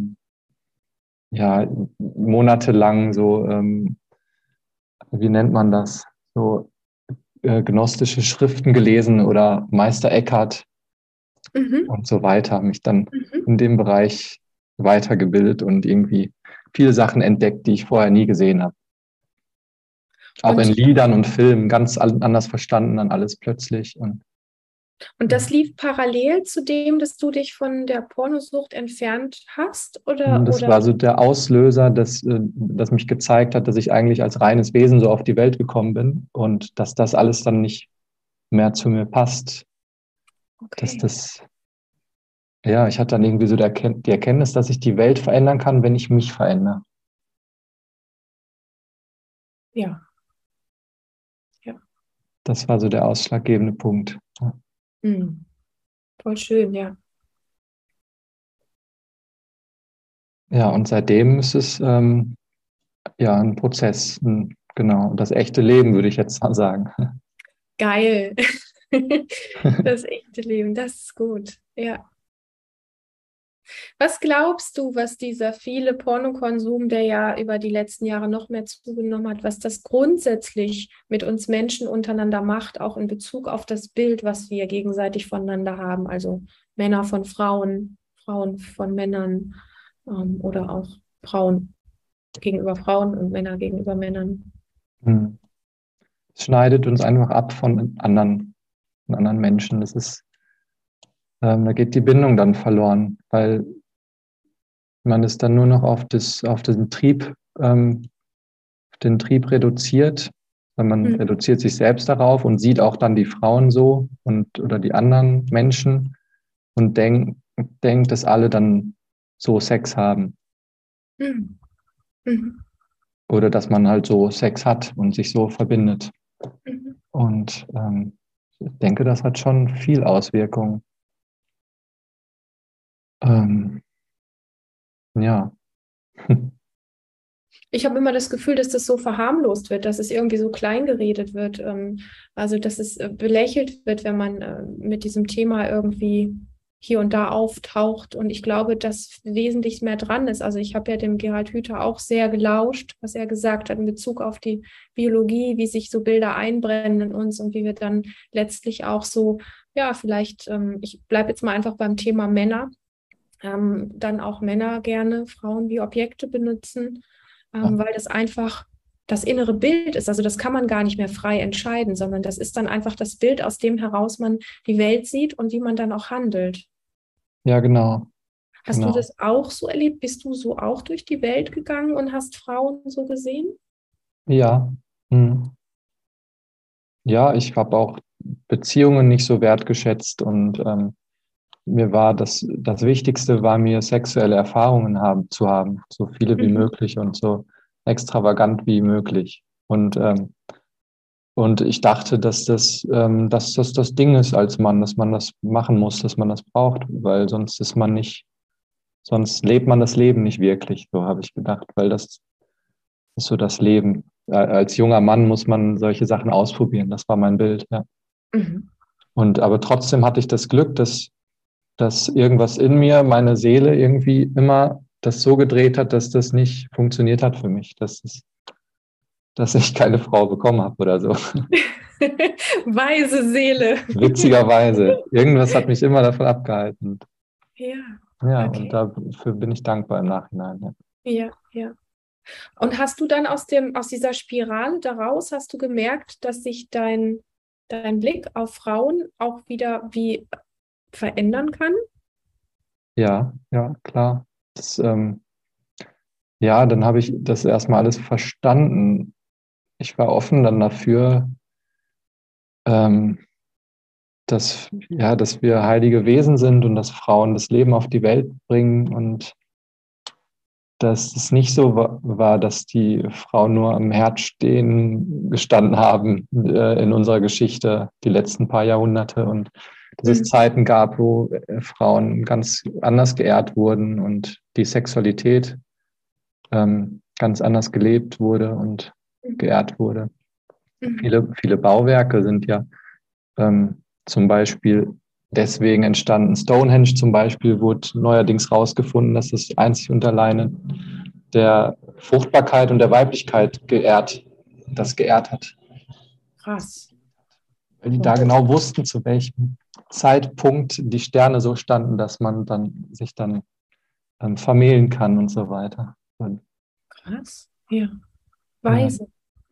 ja, monatelang so, wie nennt man das, so gnostische Schriften gelesen oder Meister Eckhart und so weiter, mich dann in dem Bereich weitergebildet und irgendwie viele Sachen entdeckt, die ich vorher nie gesehen habe. Auch in Und, Liedern und Filmen ganz anders verstanden dann alles plötzlich. Und das lief parallel zu dem, dass du dich von der Pornosucht entfernt hast? das war so der Auslöser, das mich gezeigt hat, dass ich eigentlich als reines Wesen so auf die Welt gekommen bin und dass das alles dann nicht mehr zu mir passt. Okay. Ja, ich hatte dann irgendwie so die Erkenntnis, dass ich die Welt verändern kann, wenn ich mich verändere. Ja. Ja. Das war so der ausschlaggebende Punkt. Mhm. Voll schön, ja. Ja, und seitdem ist es ja ein Prozess, genau, das echte Leben, würde ich jetzt mal sagen. Geil. Das echte Leben, das ist gut. Ja. Was glaubst du, was dieser viele Pornokonsum, der ja über die letzten Jahre noch mehr zugenommen hat, was das grundsätzlich mit uns Menschen untereinander macht, auch in Bezug auf das Bild, was wir gegenseitig voneinander haben, also Männer von Frauen, Frauen von Männern, oder auch Frauen gegenüber Frauen und Männer gegenüber Männern? Hm. Es schneidet uns einfach ab von anderen Menschen. Da geht die Bindung dann verloren, weil man es dann nur noch auf den Trieb reduziert. Weil man Mhm. reduziert sich selbst darauf und sieht auch dann die Frauen so oder die anderen Menschen und denkt, dass alle dann so Sex haben. Mhm. Mhm. Oder dass man halt so Sex hat und sich so verbindet. Mhm. Und ich denke, das hat schon viel Auswirkungen. Ähm, ja. Ich habe immer das Gefühl, dass das so verharmlost wird, dass es irgendwie so klein geredet wird. Also, dass es belächelt wird, wenn man mit diesem Thema irgendwie hier und da auftaucht. Und ich glaube, dass wesentlich mehr dran ist. Also, ich habe ja dem Gerhard Hüther auch sehr gelauscht, was er gesagt hat in Bezug auf die Biologie, wie sich so Bilder einbrennen in uns und wie wir dann letztlich auch so, ja, vielleicht, ich bleibe jetzt mal einfach beim Thema Männer, dann auch Männer gerne Frauen wie Objekte benutzen, weil das einfach das innere Bild ist. Also das kann man gar nicht mehr frei entscheiden, sondern das ist dann einfach das Bild, aus dem heraus man die Welt sieht und wie man dann auch handelt. Ja, genau. Hast du Genau. das auch so erlebt? Bist du so auch durch die Welt gegangen und hast Frauen so gesehen? Ja. Hm. Ja, ich habe auch Beziehungen nicht so wertgeschätzt und mir war das Wichtigste war mir sexuelle Erfahrungen zu haben, so viele wie Mhm. möglich und so extravagant wie möglich. Und ich dachte, dass das das Ding ist als Mann, dass man das machen muss, dass man das braucht, weil sonst lebt man das Leben nicht wirklich, so habe ich gedacht, weil das ist so das Leben. Als junger Mann muss man solche Sachen ausprobieren, das war mein Bild, ja. Mhm. Aber trotzdem hatte ich das Glück, dass irgendwas in mir, meine Seele irgendwie immer das so gedreht hat, dass das nicht funktioniert hat für mich, dass ich keine Frau bekommen habe oder so. Weise Seele. Witzigerweise. Irgendwas hat mich immer davon abgehalten. Ja, Ja, und okay. dafür bin ich dankbar im Nachhinein. Ja. Ja, ja. Und hast du dann aus dieser Spirale daraus, hast du gemerkt, dass sich dein Blick auf Frauen auch wieder wie verändern kann? Ja, ja, klar. Ja, dann habe ich das erstmal alles verstanden. Ich war offen dann dafür, ähm, dass wir heilige Wesen sind und dass Frauen das Leben auf die Welt bringen und dass es nicht so war, dass die Frauen nur am Herd gestanden haben in unserer Geschichte die letzten paar Jahrhunderte und dass es Zeiten gab, wo Frauen ganz anders geehrt wurden und die Sexualität ganz anders gelebt wurde und geehrt wurde. Viele Bauwerke sind ja zum Beispiel deswegen entstanden. Stonehenge zum Beispiel wurde neuerdings herausgefunden, dass es einzig und alleine der Fruchtbarkeit und der Weiblichkeit geehrt hat. Krass. Weil die da genau wussten, zu welchem Zeitpunkt die Sterne so standen, dass man sich dann vermählen kann und so weiter. Krass, ja. Weise.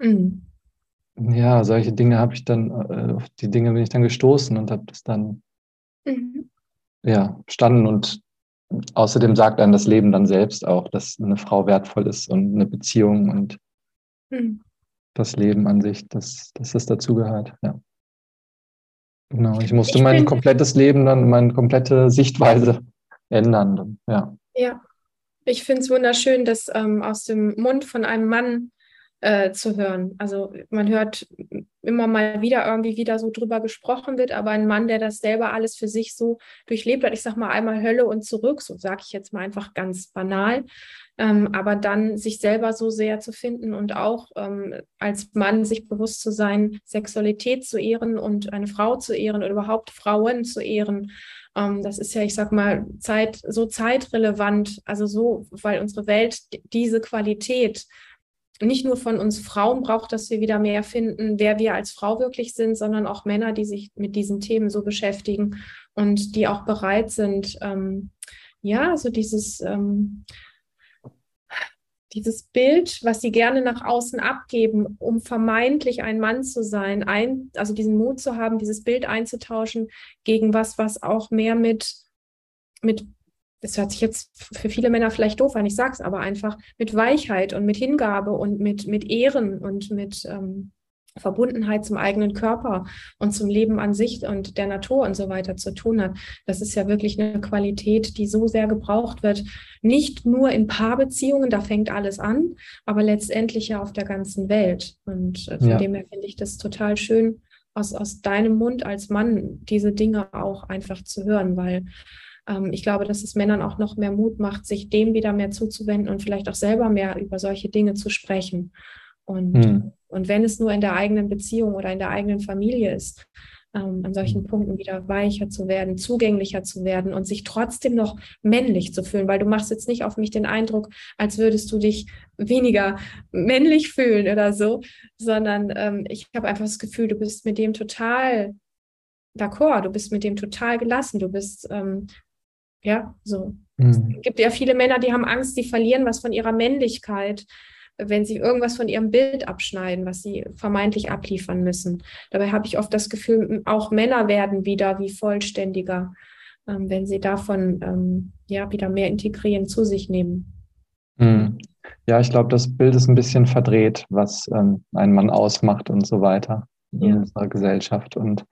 Ja, solche Dinge habe ich dann, auf die Dinge bin ich dann gestoßen und habe das dann verstanden. Und außerdem sagt einem das Leben dann selbst auch, dass eine Frau wertvoll ist und eine Beziehung und das Leben an sich, dass das dazugehört. Ja. Genau, ich musste mein komplettes Leben dann, meine komplette Sichtweise ändern. Ja. Ja, ich finde es wunderschön, das aus dem Mund von einem Mann zu hören. Also man hört immer mal wieder so drüber gesprochen wird, aber ein Mann, der das selber alles für sich so durchlebt hat, ich sag mal einmal Hölle und zurück, so sage ich jetzt mal einfach ganz banal, aber dann sich selber so sehr zu finden und auch als Mann sich bewusst zu sein, Sexualität zu ehren und eine Frau zu ehren oder überhaupt Frauen zu ehren. Das ist ja, ich sag mal, so zeitrelevant, also so, weil unsere Welt diese Qualität nicht nur von uns Frauen braucht, dass wir wieder mehr finden, wer wir als Frau wirklich sind, sondern auch Männer, die sich mit diesen Themen so beschäftigen und die auch bereit sind, so dieses Bild, was sie gerne nach außen abgeben, um vermeintlich ein Mann zu sein, also diesen Mut zu haben, dieses Bild einzutauschen gegen was auch mehr mit das hört sich jetzt für viele Männer vielleicht doof an, ich sage es aber einfach, mit Weichheit und mit Hingabe und mit Ehren und mit Verbundenheit zum eigenen Körper und zum Leben an sich und der Natur und so weiter zu tun hat. Das ist ja wirklich eine Qualität, die so sehr gebraucht wird, nicht nur in Paarbeziehungen, da fängt alles an, aber letztendlich ja auf der ganzen Welt. Und von dem her finde ich das total schön, aus deinem Mund als Mann diese Dinge auch einfach zu hören, weil ich glaube, dass es Männern auch noch mehr Mut macht, sich dem wieder mehr zuzuwenden und vielleicht auch selber mehr über solche Dinge zu sprechen. Und wenn es nur in der eigenen Beziehung oder in der eigenen Familie ist, an solchen Punkten wieder weicher zu werden, zugänglicher zu werden und sich trotzdem noch männlich zu fühlen, weil du machst jetzt nicht auf mich den Eindruck, als würdest du dich weniger männlich fühlen oder so, sondern ich habe einfach das Gefühl, du bist mit dem total d'accord, du bist mit dem total gelassen, du bist so. Es gibt ja viele Männer, die haben Angst, sie verlieren was von ihrer Männlichkeit, wenn sie irgendwas von ihrem Bild abschneiden, was sie vermeintlich abliefern müssen. Dabei habe ich oft das Gefühl, auch Männer werden wieder wie vollständiger, wenn sie davon wieder mehr integrieren, zu sich nehmen. Ja, ich glaube, das Bild ist ein bisschen verdreht, was einen Mann ausmacht und so weiter in unserer Gesellschaft. Und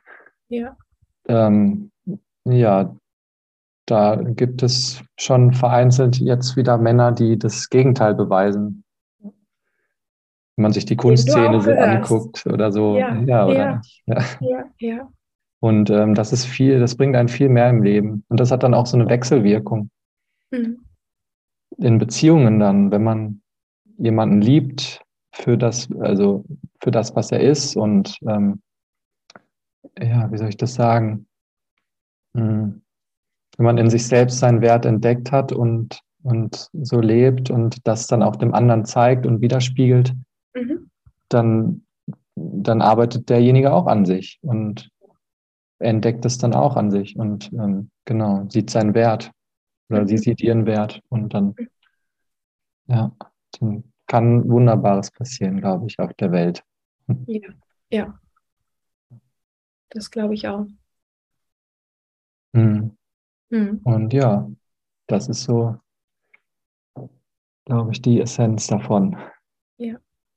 da gibt es schon vereinzelt jetzt wieder Männer, die das Gegenteil beweisen. Wenn man sich die Kunstszene so anguckt oder so. Ja. Und das bringt einen viel mehr im Leben. Und das hat dann auch so eine Wechselwirkung. In Beziehungen dann, wenn man jemanden liebt für das, was er ist und wie soll ich das sagen? Wenn man in sich selbst seinen Wert entdeckt hat und so lebt und das dann auch dem anderen zeigt und widerspiegelt, dann arbeitet derjenige auch an sich und entdeckt es dann auch an sich und sieht seinen Wert oder sie sieht ihren Wert und dann kann Wunderbares passieren, glaube ich, auf der Welt. Ja, das glaube ich auch. Und das ist so, glaube ich, die Essenz davon. Ja.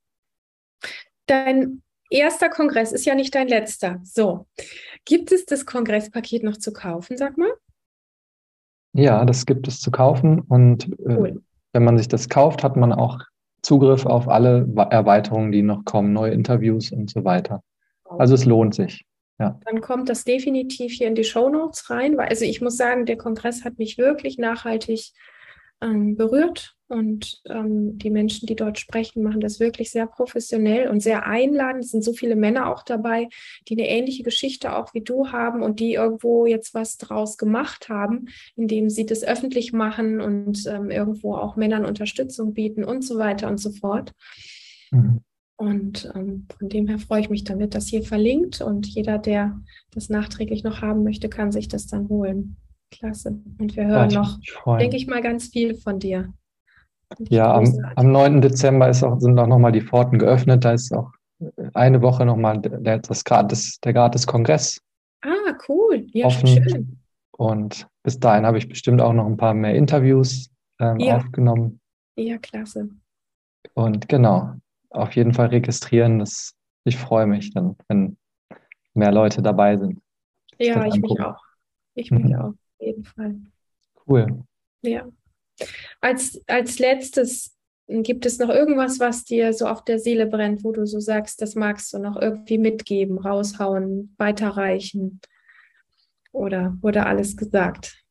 Dein erster Kongress ist ja nicht dein letzter. So, gibt es das Kongresspaket noch zu kaufen, sag mal? Ja, das gibt es zu kaufen und cool. wenn man sich das kauft, hat man auch Zugriff auf alle Erweiterungen, die noch kommen, neue Interviews und so weiter. Also es lohnt sich. Ja. Dann kommt das definitiv hier in die Shownotes rein, weil also ich muss sagen, der Kongress hat mich wirklich nachhaltig berührt und die Menschen, die dort sprechen, machen das wirklich sehr professionell und sehr einladend. Es sind so viele Männer auch dabei, die eine ähnliche Geschichte auch wie du haben und die irgendwo jetzt was draus gemacht haben, indem sie das öffentlich machen und irgendwo auch Männern Unterstützung bieten und so weiter und so fort. Mhm. Und von dem her freue ich mich, dann wird das hier verlinkt und jeder, der das nachträglich noch haben möchte, kann sich das dann holen. Klasse. Und wir hören noch, denke ich mal, ganz viel von dir. Ja, am 9. Dezember sind auch nochmal die Pforten geöffnet. Da ist auch eine Woche nochmal der Gratis-Kongress. Ah, cool. Ja, offen. schön. Und bis dahin habe ich bestimmt auch noch ein paar mehr Interviews aufgenommen. Ja, klasse. Und genau, auf jeden Fall registrieren. Ich freue mich dann, wenn mehr Leute dabei sind. Ja, ich mich auch. Ich mich auch, auf jeden Fall. Cool. Ja. Als letztes, gibt es noch irgendwas, was dir so auf der Seele brennt, wo du so sagst, das magst du noch irgendwie mitgeben, raushauen, weiterreichen? Oder wurde alles gesagt?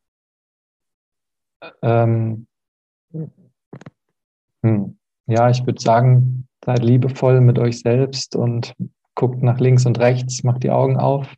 Ja, ich würde sagen, seid liebevoll mit euch selbst und guckt nach links und rechts, macht die Augen auf.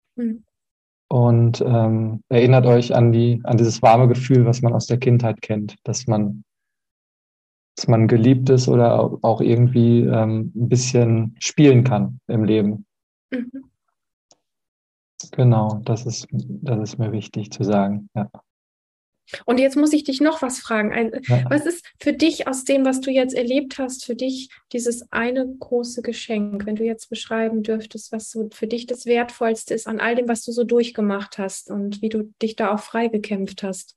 Und erinnert euch an dieses warme Gefühl, was man aus der Kindheit kennt, dass man geliebt ist oder auch irgendwie ein bisschen spielen kann im Leben. Mhm. Genau, das ist mir wichtig zu sagen. Ja. Und jetzt muss ich dich noch was fragen. Ja. Was ist für dich aus dem, was du jetzt erlebt hast, für dich dieses eine große Geschenk, wenn du jetzt beschreiben dürftest, was so für dich das Wertvollste ist an all dem, was du so durchgemacht hast und wie du dich da auch frei gekämpft hast?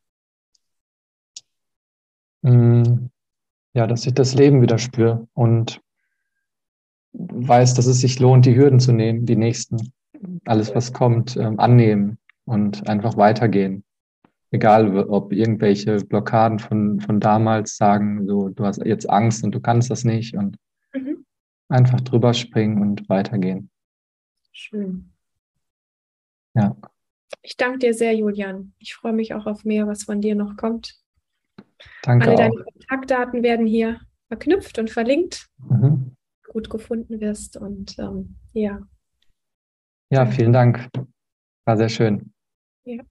Ja, dass ich das Leben wieder spüre und weiß, dass es sich lohnt, die Hürden zu nehmen, die nächsten, alles, was kommt, annehmen und einfach weitergehen. Egal, ob irgendwelche Blockaden von damals sagen, so, du hast jetzt Angst und du kannst das nicht und einfach drüber springen und weitergehen. Schön. Ja. Ich danke dir sehr, Julian. Ich freue mich auch auf mehr, was von dir noch kommt. Danke Alle auch. deine Kontaktdaten werden hier verknüpft und verlinkt. Gut gefunden wirst und ja. Ja, vielen Dank. War sehr schön. Ja.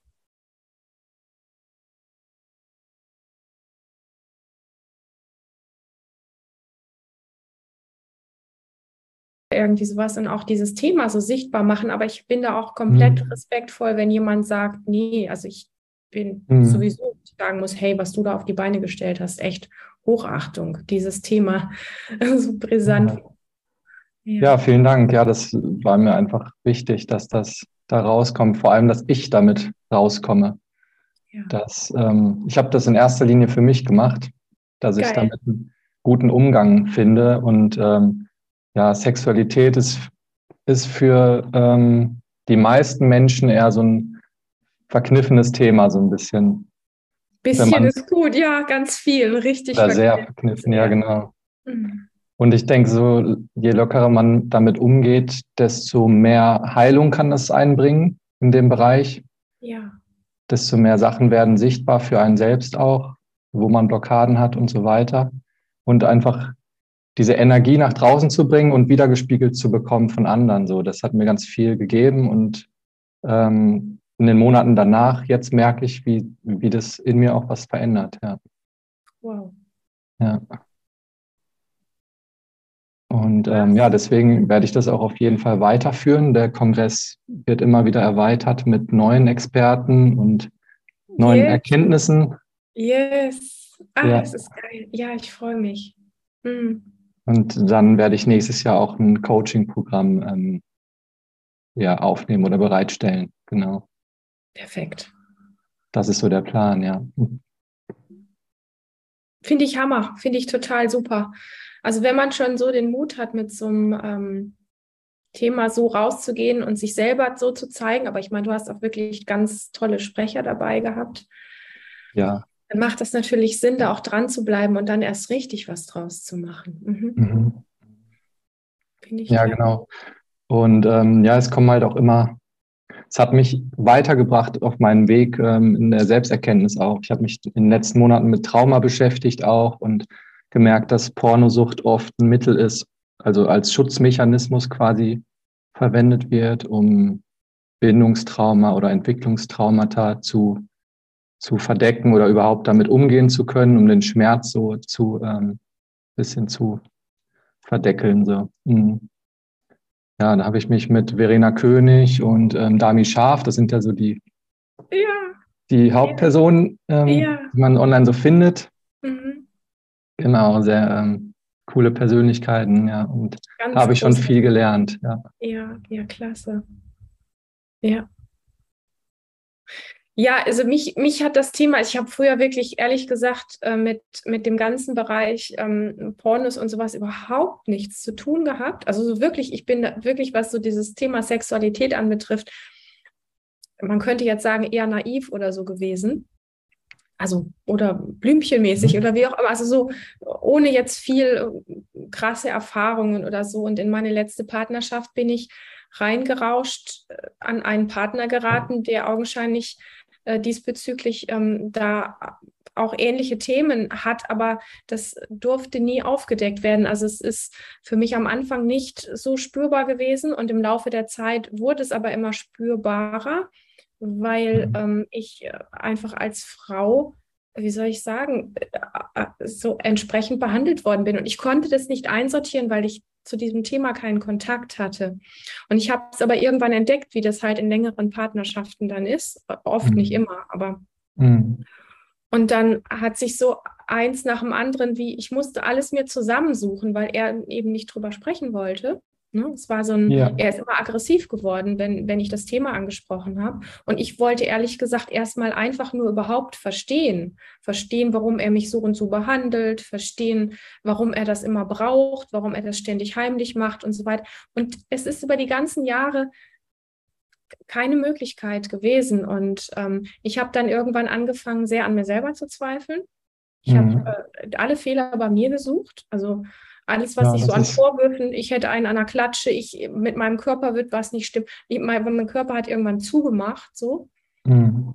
Irgendwie sowas und auch dieses Thema so sichtbar machen, aber ich bin da auch komplett respektvoll, wenn jemand sagt, nee, also ich bin sowieso sagen muss, hey, was du da auf die Beine gestellt hast, echt Hochachtung, dieses Thema so brisant. Ja, vielen Dank. Ja, das war mir einfach wichtig, dass das da rauskommt, vor allem, dass ich damit rauskomme. Ja. Ich habe das in erster Linie für mich gemacht, dass ich damit einen guten Umgang finde und ja, Sexualität ist für die meisten Menschen eher so ein verkniffenes Thema, so ein bisschen. Bisschen ist gut, ja, ganz viel, richtig verkniffen. Sehr verkniffen, ja, genau. Und ich denke, so je lockerer man damit umgeht, desto mehr Heilung kann das einbringen in dem Bereich. Ja. Desto mehr Sachen werden sichtbar für einen selbst auch, wo man Blockaden hat und so weiter. Und einfach diese Energie nach draußen zu bringen und wiedergespiegelt zu bekommen von anderen. So, das hat mir ganz viel gegeben. Und in den Monaten danach, jetzt merke ich, wie das in mir auch was verändert. Ja. Wow. Ja. Und ja, deswegen werde ich das auch auf jeden Fall weiterführen. Der Kongress wird immer wieder erweitert mit neuen Experten und neuen Erkenntnissen. Yes. Das ist geil. Ja, ich freue mich. Und dann werde ich nächstes Jahr auch ein Coaching-Programm ja, aufnehmen oder bereitstellen. Genau. Perfekt. Das ist so der Plan, ja. Finde ich Hammer. Finde ich total super. Also wenn man schon so den Mut hat, mit so einem Thema so rauszugehen und sich selber so zu zeigen, aber ich meine, du hast auch wirklich ganz tolle Sprecher dabei gehabt. Ja. dann macht das natürlich Sinn, da auch dran zu bleiben und dann erst richtig was draus zu machen. Mhm. Finde ich Ja, klasse. genau. Und ja, es kommen halt auch immer, es hat mich weitergebracht auf meinem Weg in der Selbsterkenntnis auch. Ich habe mich in den letzten Monaten mit Trauma beschäftigt auch und gemerkt, dass Pornosucht oft ein Mittel ist, also als Schutzmechanismus quasi verwendet wird, um Bindungstrauma oder Entwicklungstraumata zu verdecken oder überhaupt damit umgehen zu können, um den Schmerz so zu bisschen zu verdeckeln. So. Ja, da habe ich mich mit Verena König und Dami Scharf, das sind ja so Ja, die ja, Hauptpersonen, ja. die man online so findet. Mhm. Genau, sehr coole Persönlichkeiten, ja. Und da Ganz habe ich schon großartig. viel gelernt, ja. Ja, ja, klasse. Ja. Ja, also mich hat das Thema, ich habe früher wirklich ehrlich gesagt mit dem ganzen Bereich Pornos und sowas überhaupt nichts zu tun gehabt. Also so wirklich, ich bin da wirklich, was so dieses Thema Sexualität anbetrifft, man könnte jetzt sagen, eher naiv oder so gewesen. Also, oder blümchenmäßig Mhm. oder wie auch immer. Also so, ohne jetzt viel krasse Erfahrungen oder so. Und in meine letzte Partnerschaft bin ich reingerauscht, an einen Partner geraten, der augenscheinlich diesbezüglich da auch ähnliche Themen hat, aber das durfte nie aufgedeckt werden. Also es ist für mich am Anfang nicht so spürbar gewesen und im Laufe der Zeit wurde es aber immer spürbarer, weil Mhm. ich einfach als Frau, wie soll ich sagen, so entsprechend behandelt worden bin. Und ich konnte das nicht einsortieren, weil ich zu diesem Thema keinen Kontakt hatte. Und ich habe es aber irgendwann entdeckt, wie das halt in längeren Partnerschaften dann ist. Oft nicht Mhm. immer, aber. Mhm. Und dann hat sich so eins nach dem anderen, wie ich musste alles mir zusammensuchen, weil er eben nicht drüber sprechen wollte. Ne? Es war so Ja. er ist immer aggressiv geworden, wenn ich das Thema angesprochen habe. Und ich wollte ehrlich gesagt erstmal einfach nur überhaupt verstehen. Verstehen, warum er mich so und so behandelt, verstehen, warum er das immer braucht, warum er das ständig heimlich macht und so weiter. Und es ist über die ganzen Jahre keine Möglichkeit gewesen. Und ich habe dann irgendwann angefangen, sehr an mir selber zu zweifeln. Ich habe Mhm. alle Fehler bei mir gesucht. Also alles, was Ja, ich so das an ist, Vorwürfen, ich hätte einen an der Klatsche, mit meinem Körper wird was nicht stimmen. Mein Körper hat irgendwann zugemacht, so. mhm.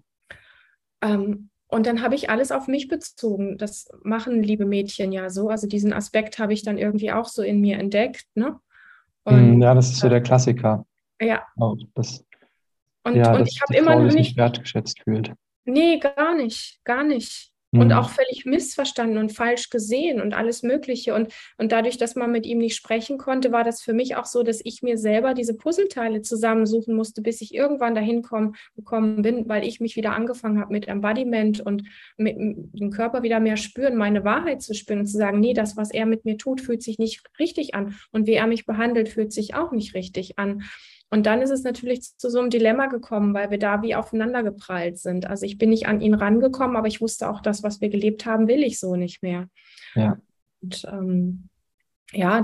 Und dann habe ich alles auf mich bezogen. Das machen liebe Mädchen ja so. Also diesen Aspekt habe ich dann irgendwie auch so in mir entdeckt, ne? Mhm. Und Ja, das ist so der Klassiker. ja, Auch das, und, ja, und ich dass habe die immer Frau noch sich nicht nicht. wertgeschätzt fühlt. Nee, gar nicht, gar nicht. Und auch Mhm. völlig missverstanden und falsch gesehen und alles Mögliche. Und dadurch, dass man mit ihm nicht sprechen konnte, war das für mich auch so, dass ich mir selber diese Puzzleteile zusammensuchen musste, bis ich irgendwann dahin gekommen bin, weil ich mich wieder angefangen habe mit Embodiment und mit dem Körper wieder mehr spüren, meine Wahrheit zu spüren und zu sagen, nee, das, was er mit mir tut, fühlt sich nicht richtig an. Und wie er mich behandelt, fühlt sich auch nicht richtig an. Und dann ist es natürlich zu so einem Dilemma gekommen, weil wir da wie aufeinander geprallt sind. Also ich bin nicht an ihn rangekommen, aber ich wusste auch, das, was wir gelebt haben, will ich so nicht mehr. Ja. Und ja,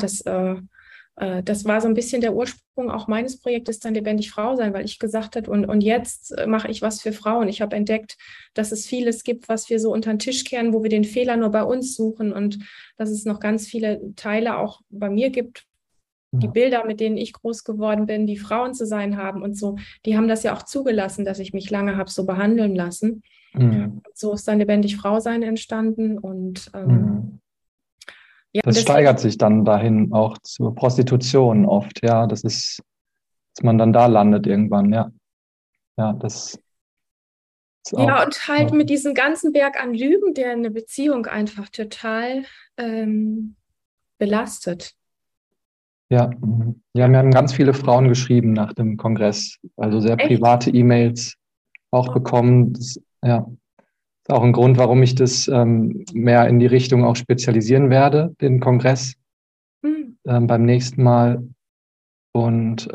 das war so ein bisschen der Ursprung auch meines Projektes, dann lebendig Frau sein, weil ich gesagt habe, und jetzt mache ich was für Frauen. Ich habe entdeckt, dass es vieles gibt, was wir so unter den Tisch kehren, wo wir den Fehler nur bei uns suchen und dass es noch ganz viele Teile auch bei mir gibt, die Ja. Bilder, mit denen ich groß geworden bin, die Frauen zu sein haben und so, die haben das ja auch zugelassen, dass ich mich lange habe so behandeln lassen. Mhm. Und so ist dann lebendig Frau sein entstanden und Mhm. ja, und Das steigert deswegen, sich dann dahin auch zur Prostitution oft, ja. Das ist, dass man dann da landet irgendwann, ja. Ja, das ist ja, auch. und halt mit diesem ganzen Berg an Lügen, der eine Beziehung einfach total ähm, belastet. Ja, mhm. Ja, Ja, mir haben ganz viele Frauen geschrieben nach dem Kongress, also sehr echt? private E-Mails auch Oh, bekommen. Das, ja, ist auch ein Grund, warum ich das mehr in die Richtung auch spezialisieren werde, den Kongress hm, beim nächsten Mal. Und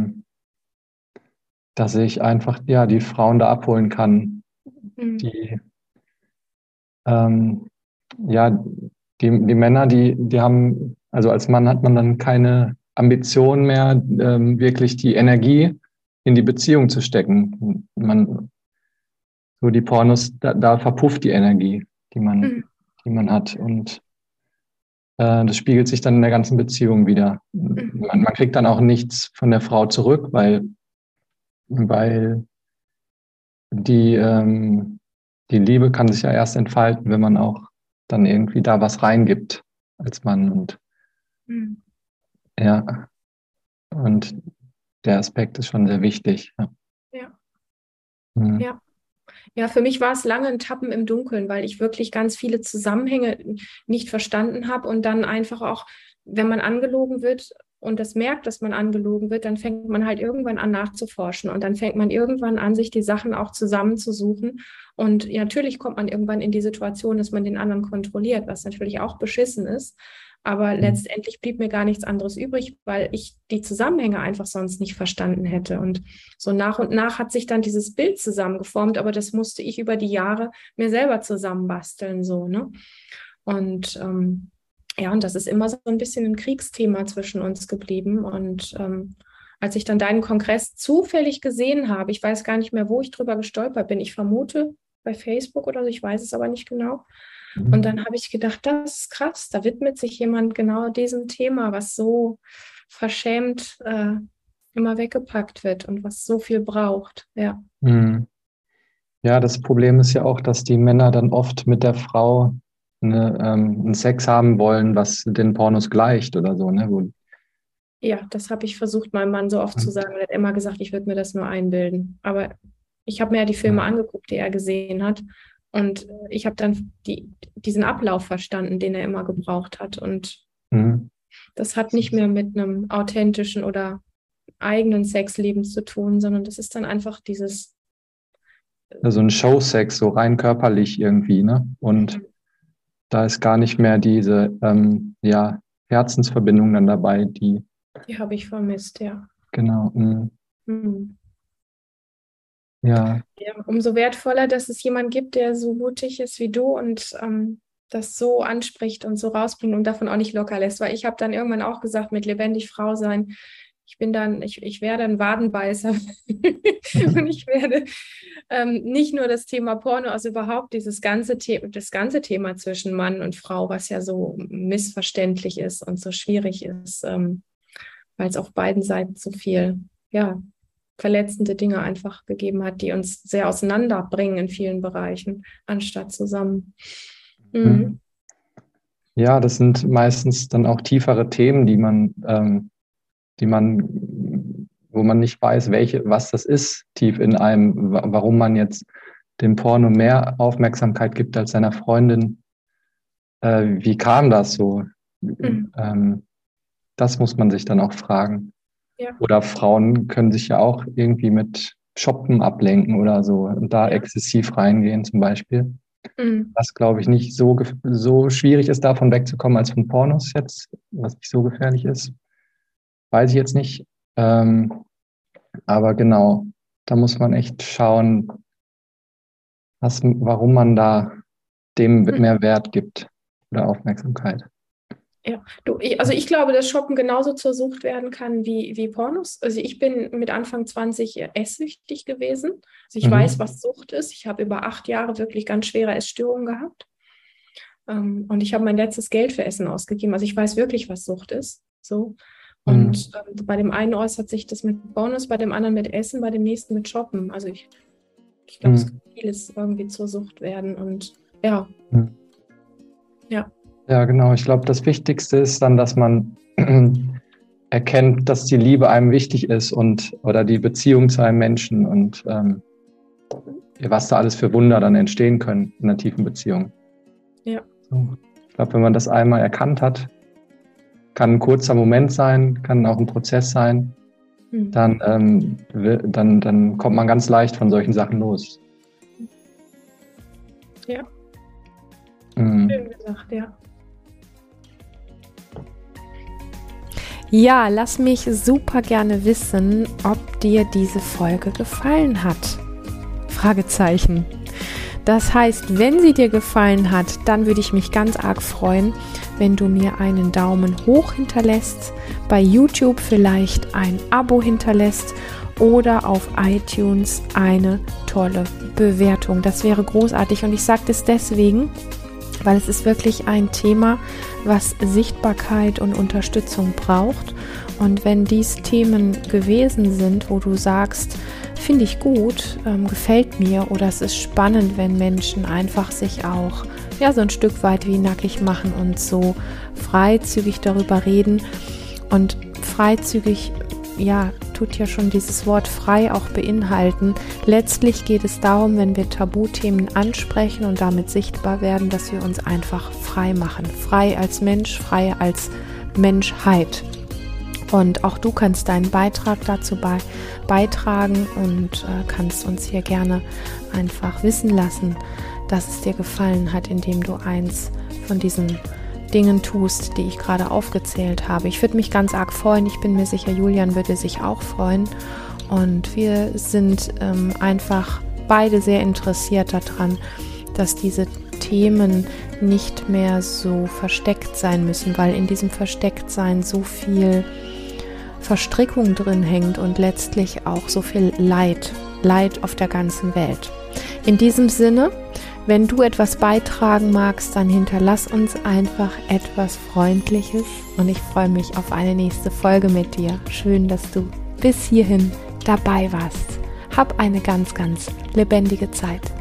dass ich einfach ja die Frauen da abholen kann, hm, die ähm, ja die Männer, die haben, also als Mann hat man dann keine Ambition mehr, wirklich die Energie in die Beziehung zu stecken. Man so die Pornos, da verpufft die Energie, die man hat. Und das spiegelt sich dann in der ganzen Beziehung wieder. Man kriegt dann auch nichts von der Frau zurück, weil die Liebe kann sich ja erst entfalten, wenn man auch dann irgendwie da was reingibt als Mann. Und ja, und der Aspekt ist schon sehr wichtig. Ja. Mhm. Ja. Ja, für mich war es lange ein Tappen im Dunkeln, weil ich wirklich ganz viele Zusammenhänge nicht verstanden habe und dann einfach auch, wenn man angelogen wird und das merkt, dass man angelogen wird, dann fängt man halt irgendwann an nachzuforschen und dann fängt man irgendwann an, sich die Sachen auch zusammenzusuchen und ja, natürlich kommt man irgendwann in die Situation, dass man den anderen kontrolliert, was natürlich auch beschissen ist. Aber letztendlich blieb mir gar nichts anderes übrig, weil ich die Zusammenhänge einfach sonst nicht verstanden hätte. Und so nach und nach hat sich dann dieses Bild zusammengeformt, aber das musste ich über die Jahre mir selber zusammenbasteln, so, ne? Und ja, und das ist immer so ein bisschen ein Kriegsthema zwischen uns geblieben. Und als ich dann deinen Kongress zufällig gesehen habe, ich weiß gar nicht mehr, wo ich drüber gestolpert bin, ich vermute bei Facebook oder so, ich weiß es aber nicht genau. Und dann habe ich gedacht, das ist krass, da widmet sich jemand genau diesem Thema, was so verschämt immer weggepackt wird und was so viel braucht. Ja. Ja, das Problem ist ja auch, dass die Männer dann oft mit der Frau einen Sex haben wollen, was den Pornos gleicht oder so, ne? Ja, das habe ich versucht, meinem Mann so oft zu sagen. Er hat immer gesagt, ich würde mir das nur einbilden. Aber ich habe mir ja die Filme angeguckt, die er gesehen hat. Und ich habe dann diesen Ablauf verstanden, den er immer gebraucht hat. Und das hat nicht mehr mit einem authentischen oder eigenen Sexleben zu tun, sondern das ist dann einfach dieses... Also ein Showsex, so rein körperlich irgendwie, ne? Und da ist gar nicht mehr diese Herzensverbindung dann dabei, die habe ich vermisst, ja. Genau. Ja. Ja, umso wertvoller, dass es jemand gibt, der so mutig ist wie du und das so anspricht und so rausbringt und davon auch nicht locker lässt. Weil ich habe dann irgendwann auch gesagt, mit lebendig Frau sein, ich werde ein Wadenbeißer und ich werde nicht nur das Thema Porno, also überhaupt das ganze Thema zwischen Mann und Frau, was ja so missverständlich ist und so schwierig ist, weil es auf beiden Seiten so viel, verletzende Dinge einfach gegeben hat, die uns sehr auseinanderbringen in vielen Bereichen, anstatt zusammen. Ja, das sind meistens dann auch tiefere Themen, wo man nicht weiß, was das ist, tief in einem, warum man jetzt dem Porno mehr Aufmerksamkeit gibt als seiner Freundin. Wie kam das so? Das muss man sich dann auch fragen. Ja. Oder Frauen können sich ja auch irgendwie mit Shoppen ablenken oder so und da exzessiv reingehen zum Beispiel. Was, glaube ich, nicht so schwierig ist, davon wegzukommen als von Pornos jetzt, was nicht so gefährlich ist. Weiß ich jetzt nicht. Aber genau, da muss man echt schauen, warum man da dem mehr Wert gibt oder Aufmerksamkeit. Ja, ich glaube, dass Shoppen genauso zur Sucht werden kann wie Pornos. Also ich bin mit Anfang 20 esssüchtig gewesen. Also ich weiß, was Sucht ist. Ich habe über 8 Jahre wirklich ganz schwere Essstörungen gehabt. Und ich habe mein letztes Geld für Essen ausgegeben. Also ich weiß wirklich, was Sucht ist. So. Und bei dem einen äußert sich das mit Pornos, bei dem anderen mit Essen, bei dem nächsten mit Shoppen. Also ich glaube, es kann vieles irgendwie zur Sucht werden. Und ja. Ja, genau. Ich glaube, das Wichtigste ist dann, dass man erkennt, dass die Liebe einem wichtig ist oder die Beziehung zu einem Menschen und was da alles für Wunder dann entstehen können in einer tiefen Beziehung. Ja. So. Ich glaube, wenn man das einmal erkannt hat, kann ein kurzer Moment sein, kann auch ein Prozess sein, dann kommt man ganz leicht von solchen Sachen los. Ja. Schön gesagt, ja. Ja, lass mich super gerne wissen, ob dir diese Folge gefallen hat. Fragezeichen. Das heißt, wenn sie dir gefallen hat, dann würde ich mich ganz arg freuen, wenn du mir einen Daumen hoch hinterlässt, bei YouTube vielleicht ein Abo hinterlässt oder auf iTunes eine tolle Bewertung. Das wäre großartig und ich sage das deswegen, weil es ist wirklich ein Thema, was Sichtbarkeit und Unterstützung braucht. Und wenn dies Themen gewesen sind, wo du sagst, finde ich gut, gefällt mir oder es ist spannend, wenn Menschen einfach sich auch so ein Stück weit wie nackig machen und so freizügig darüber reden. Und freizügig, tut ja schon dieses Wort frei auch beinhalten. Letztlich geht es darum, wenn wir Tabuthemen ansprechen und damit sichtbar werden, dass wir uns einfach frei machen. Frei als Mensch, frei als Menschheit. Und auch du kannst deinen Beitrag dazu beitragen und kannst uns hier gerne einfach wissen lassen, dass es dir gefallen hat, indem du eins von diesen Dingen tust, die ich gerade aufgezählt habe. Ich würde mich ganz arg freuen. Ich bin mir sicher, Julian würde sich auch freuen. Und wir sind einfach beide sehr interessiert daran, dass diese Themen nicht mehr so versteckt sein müssen, weil in diesem Verstecktsein so viel Verstrickung drin hängt und letztlich auch so viel Leid auf der ganzen Welt. In diesem Sinne, wenn du etwas beitragen magst, dann hinterlass uns einfach etwas Freundliches und ich freue mich auf eine nächste Folge mit dir. Schön, dass du bis hierhin dabei warst. Hab eine ganz, ganz lebendige Zeit.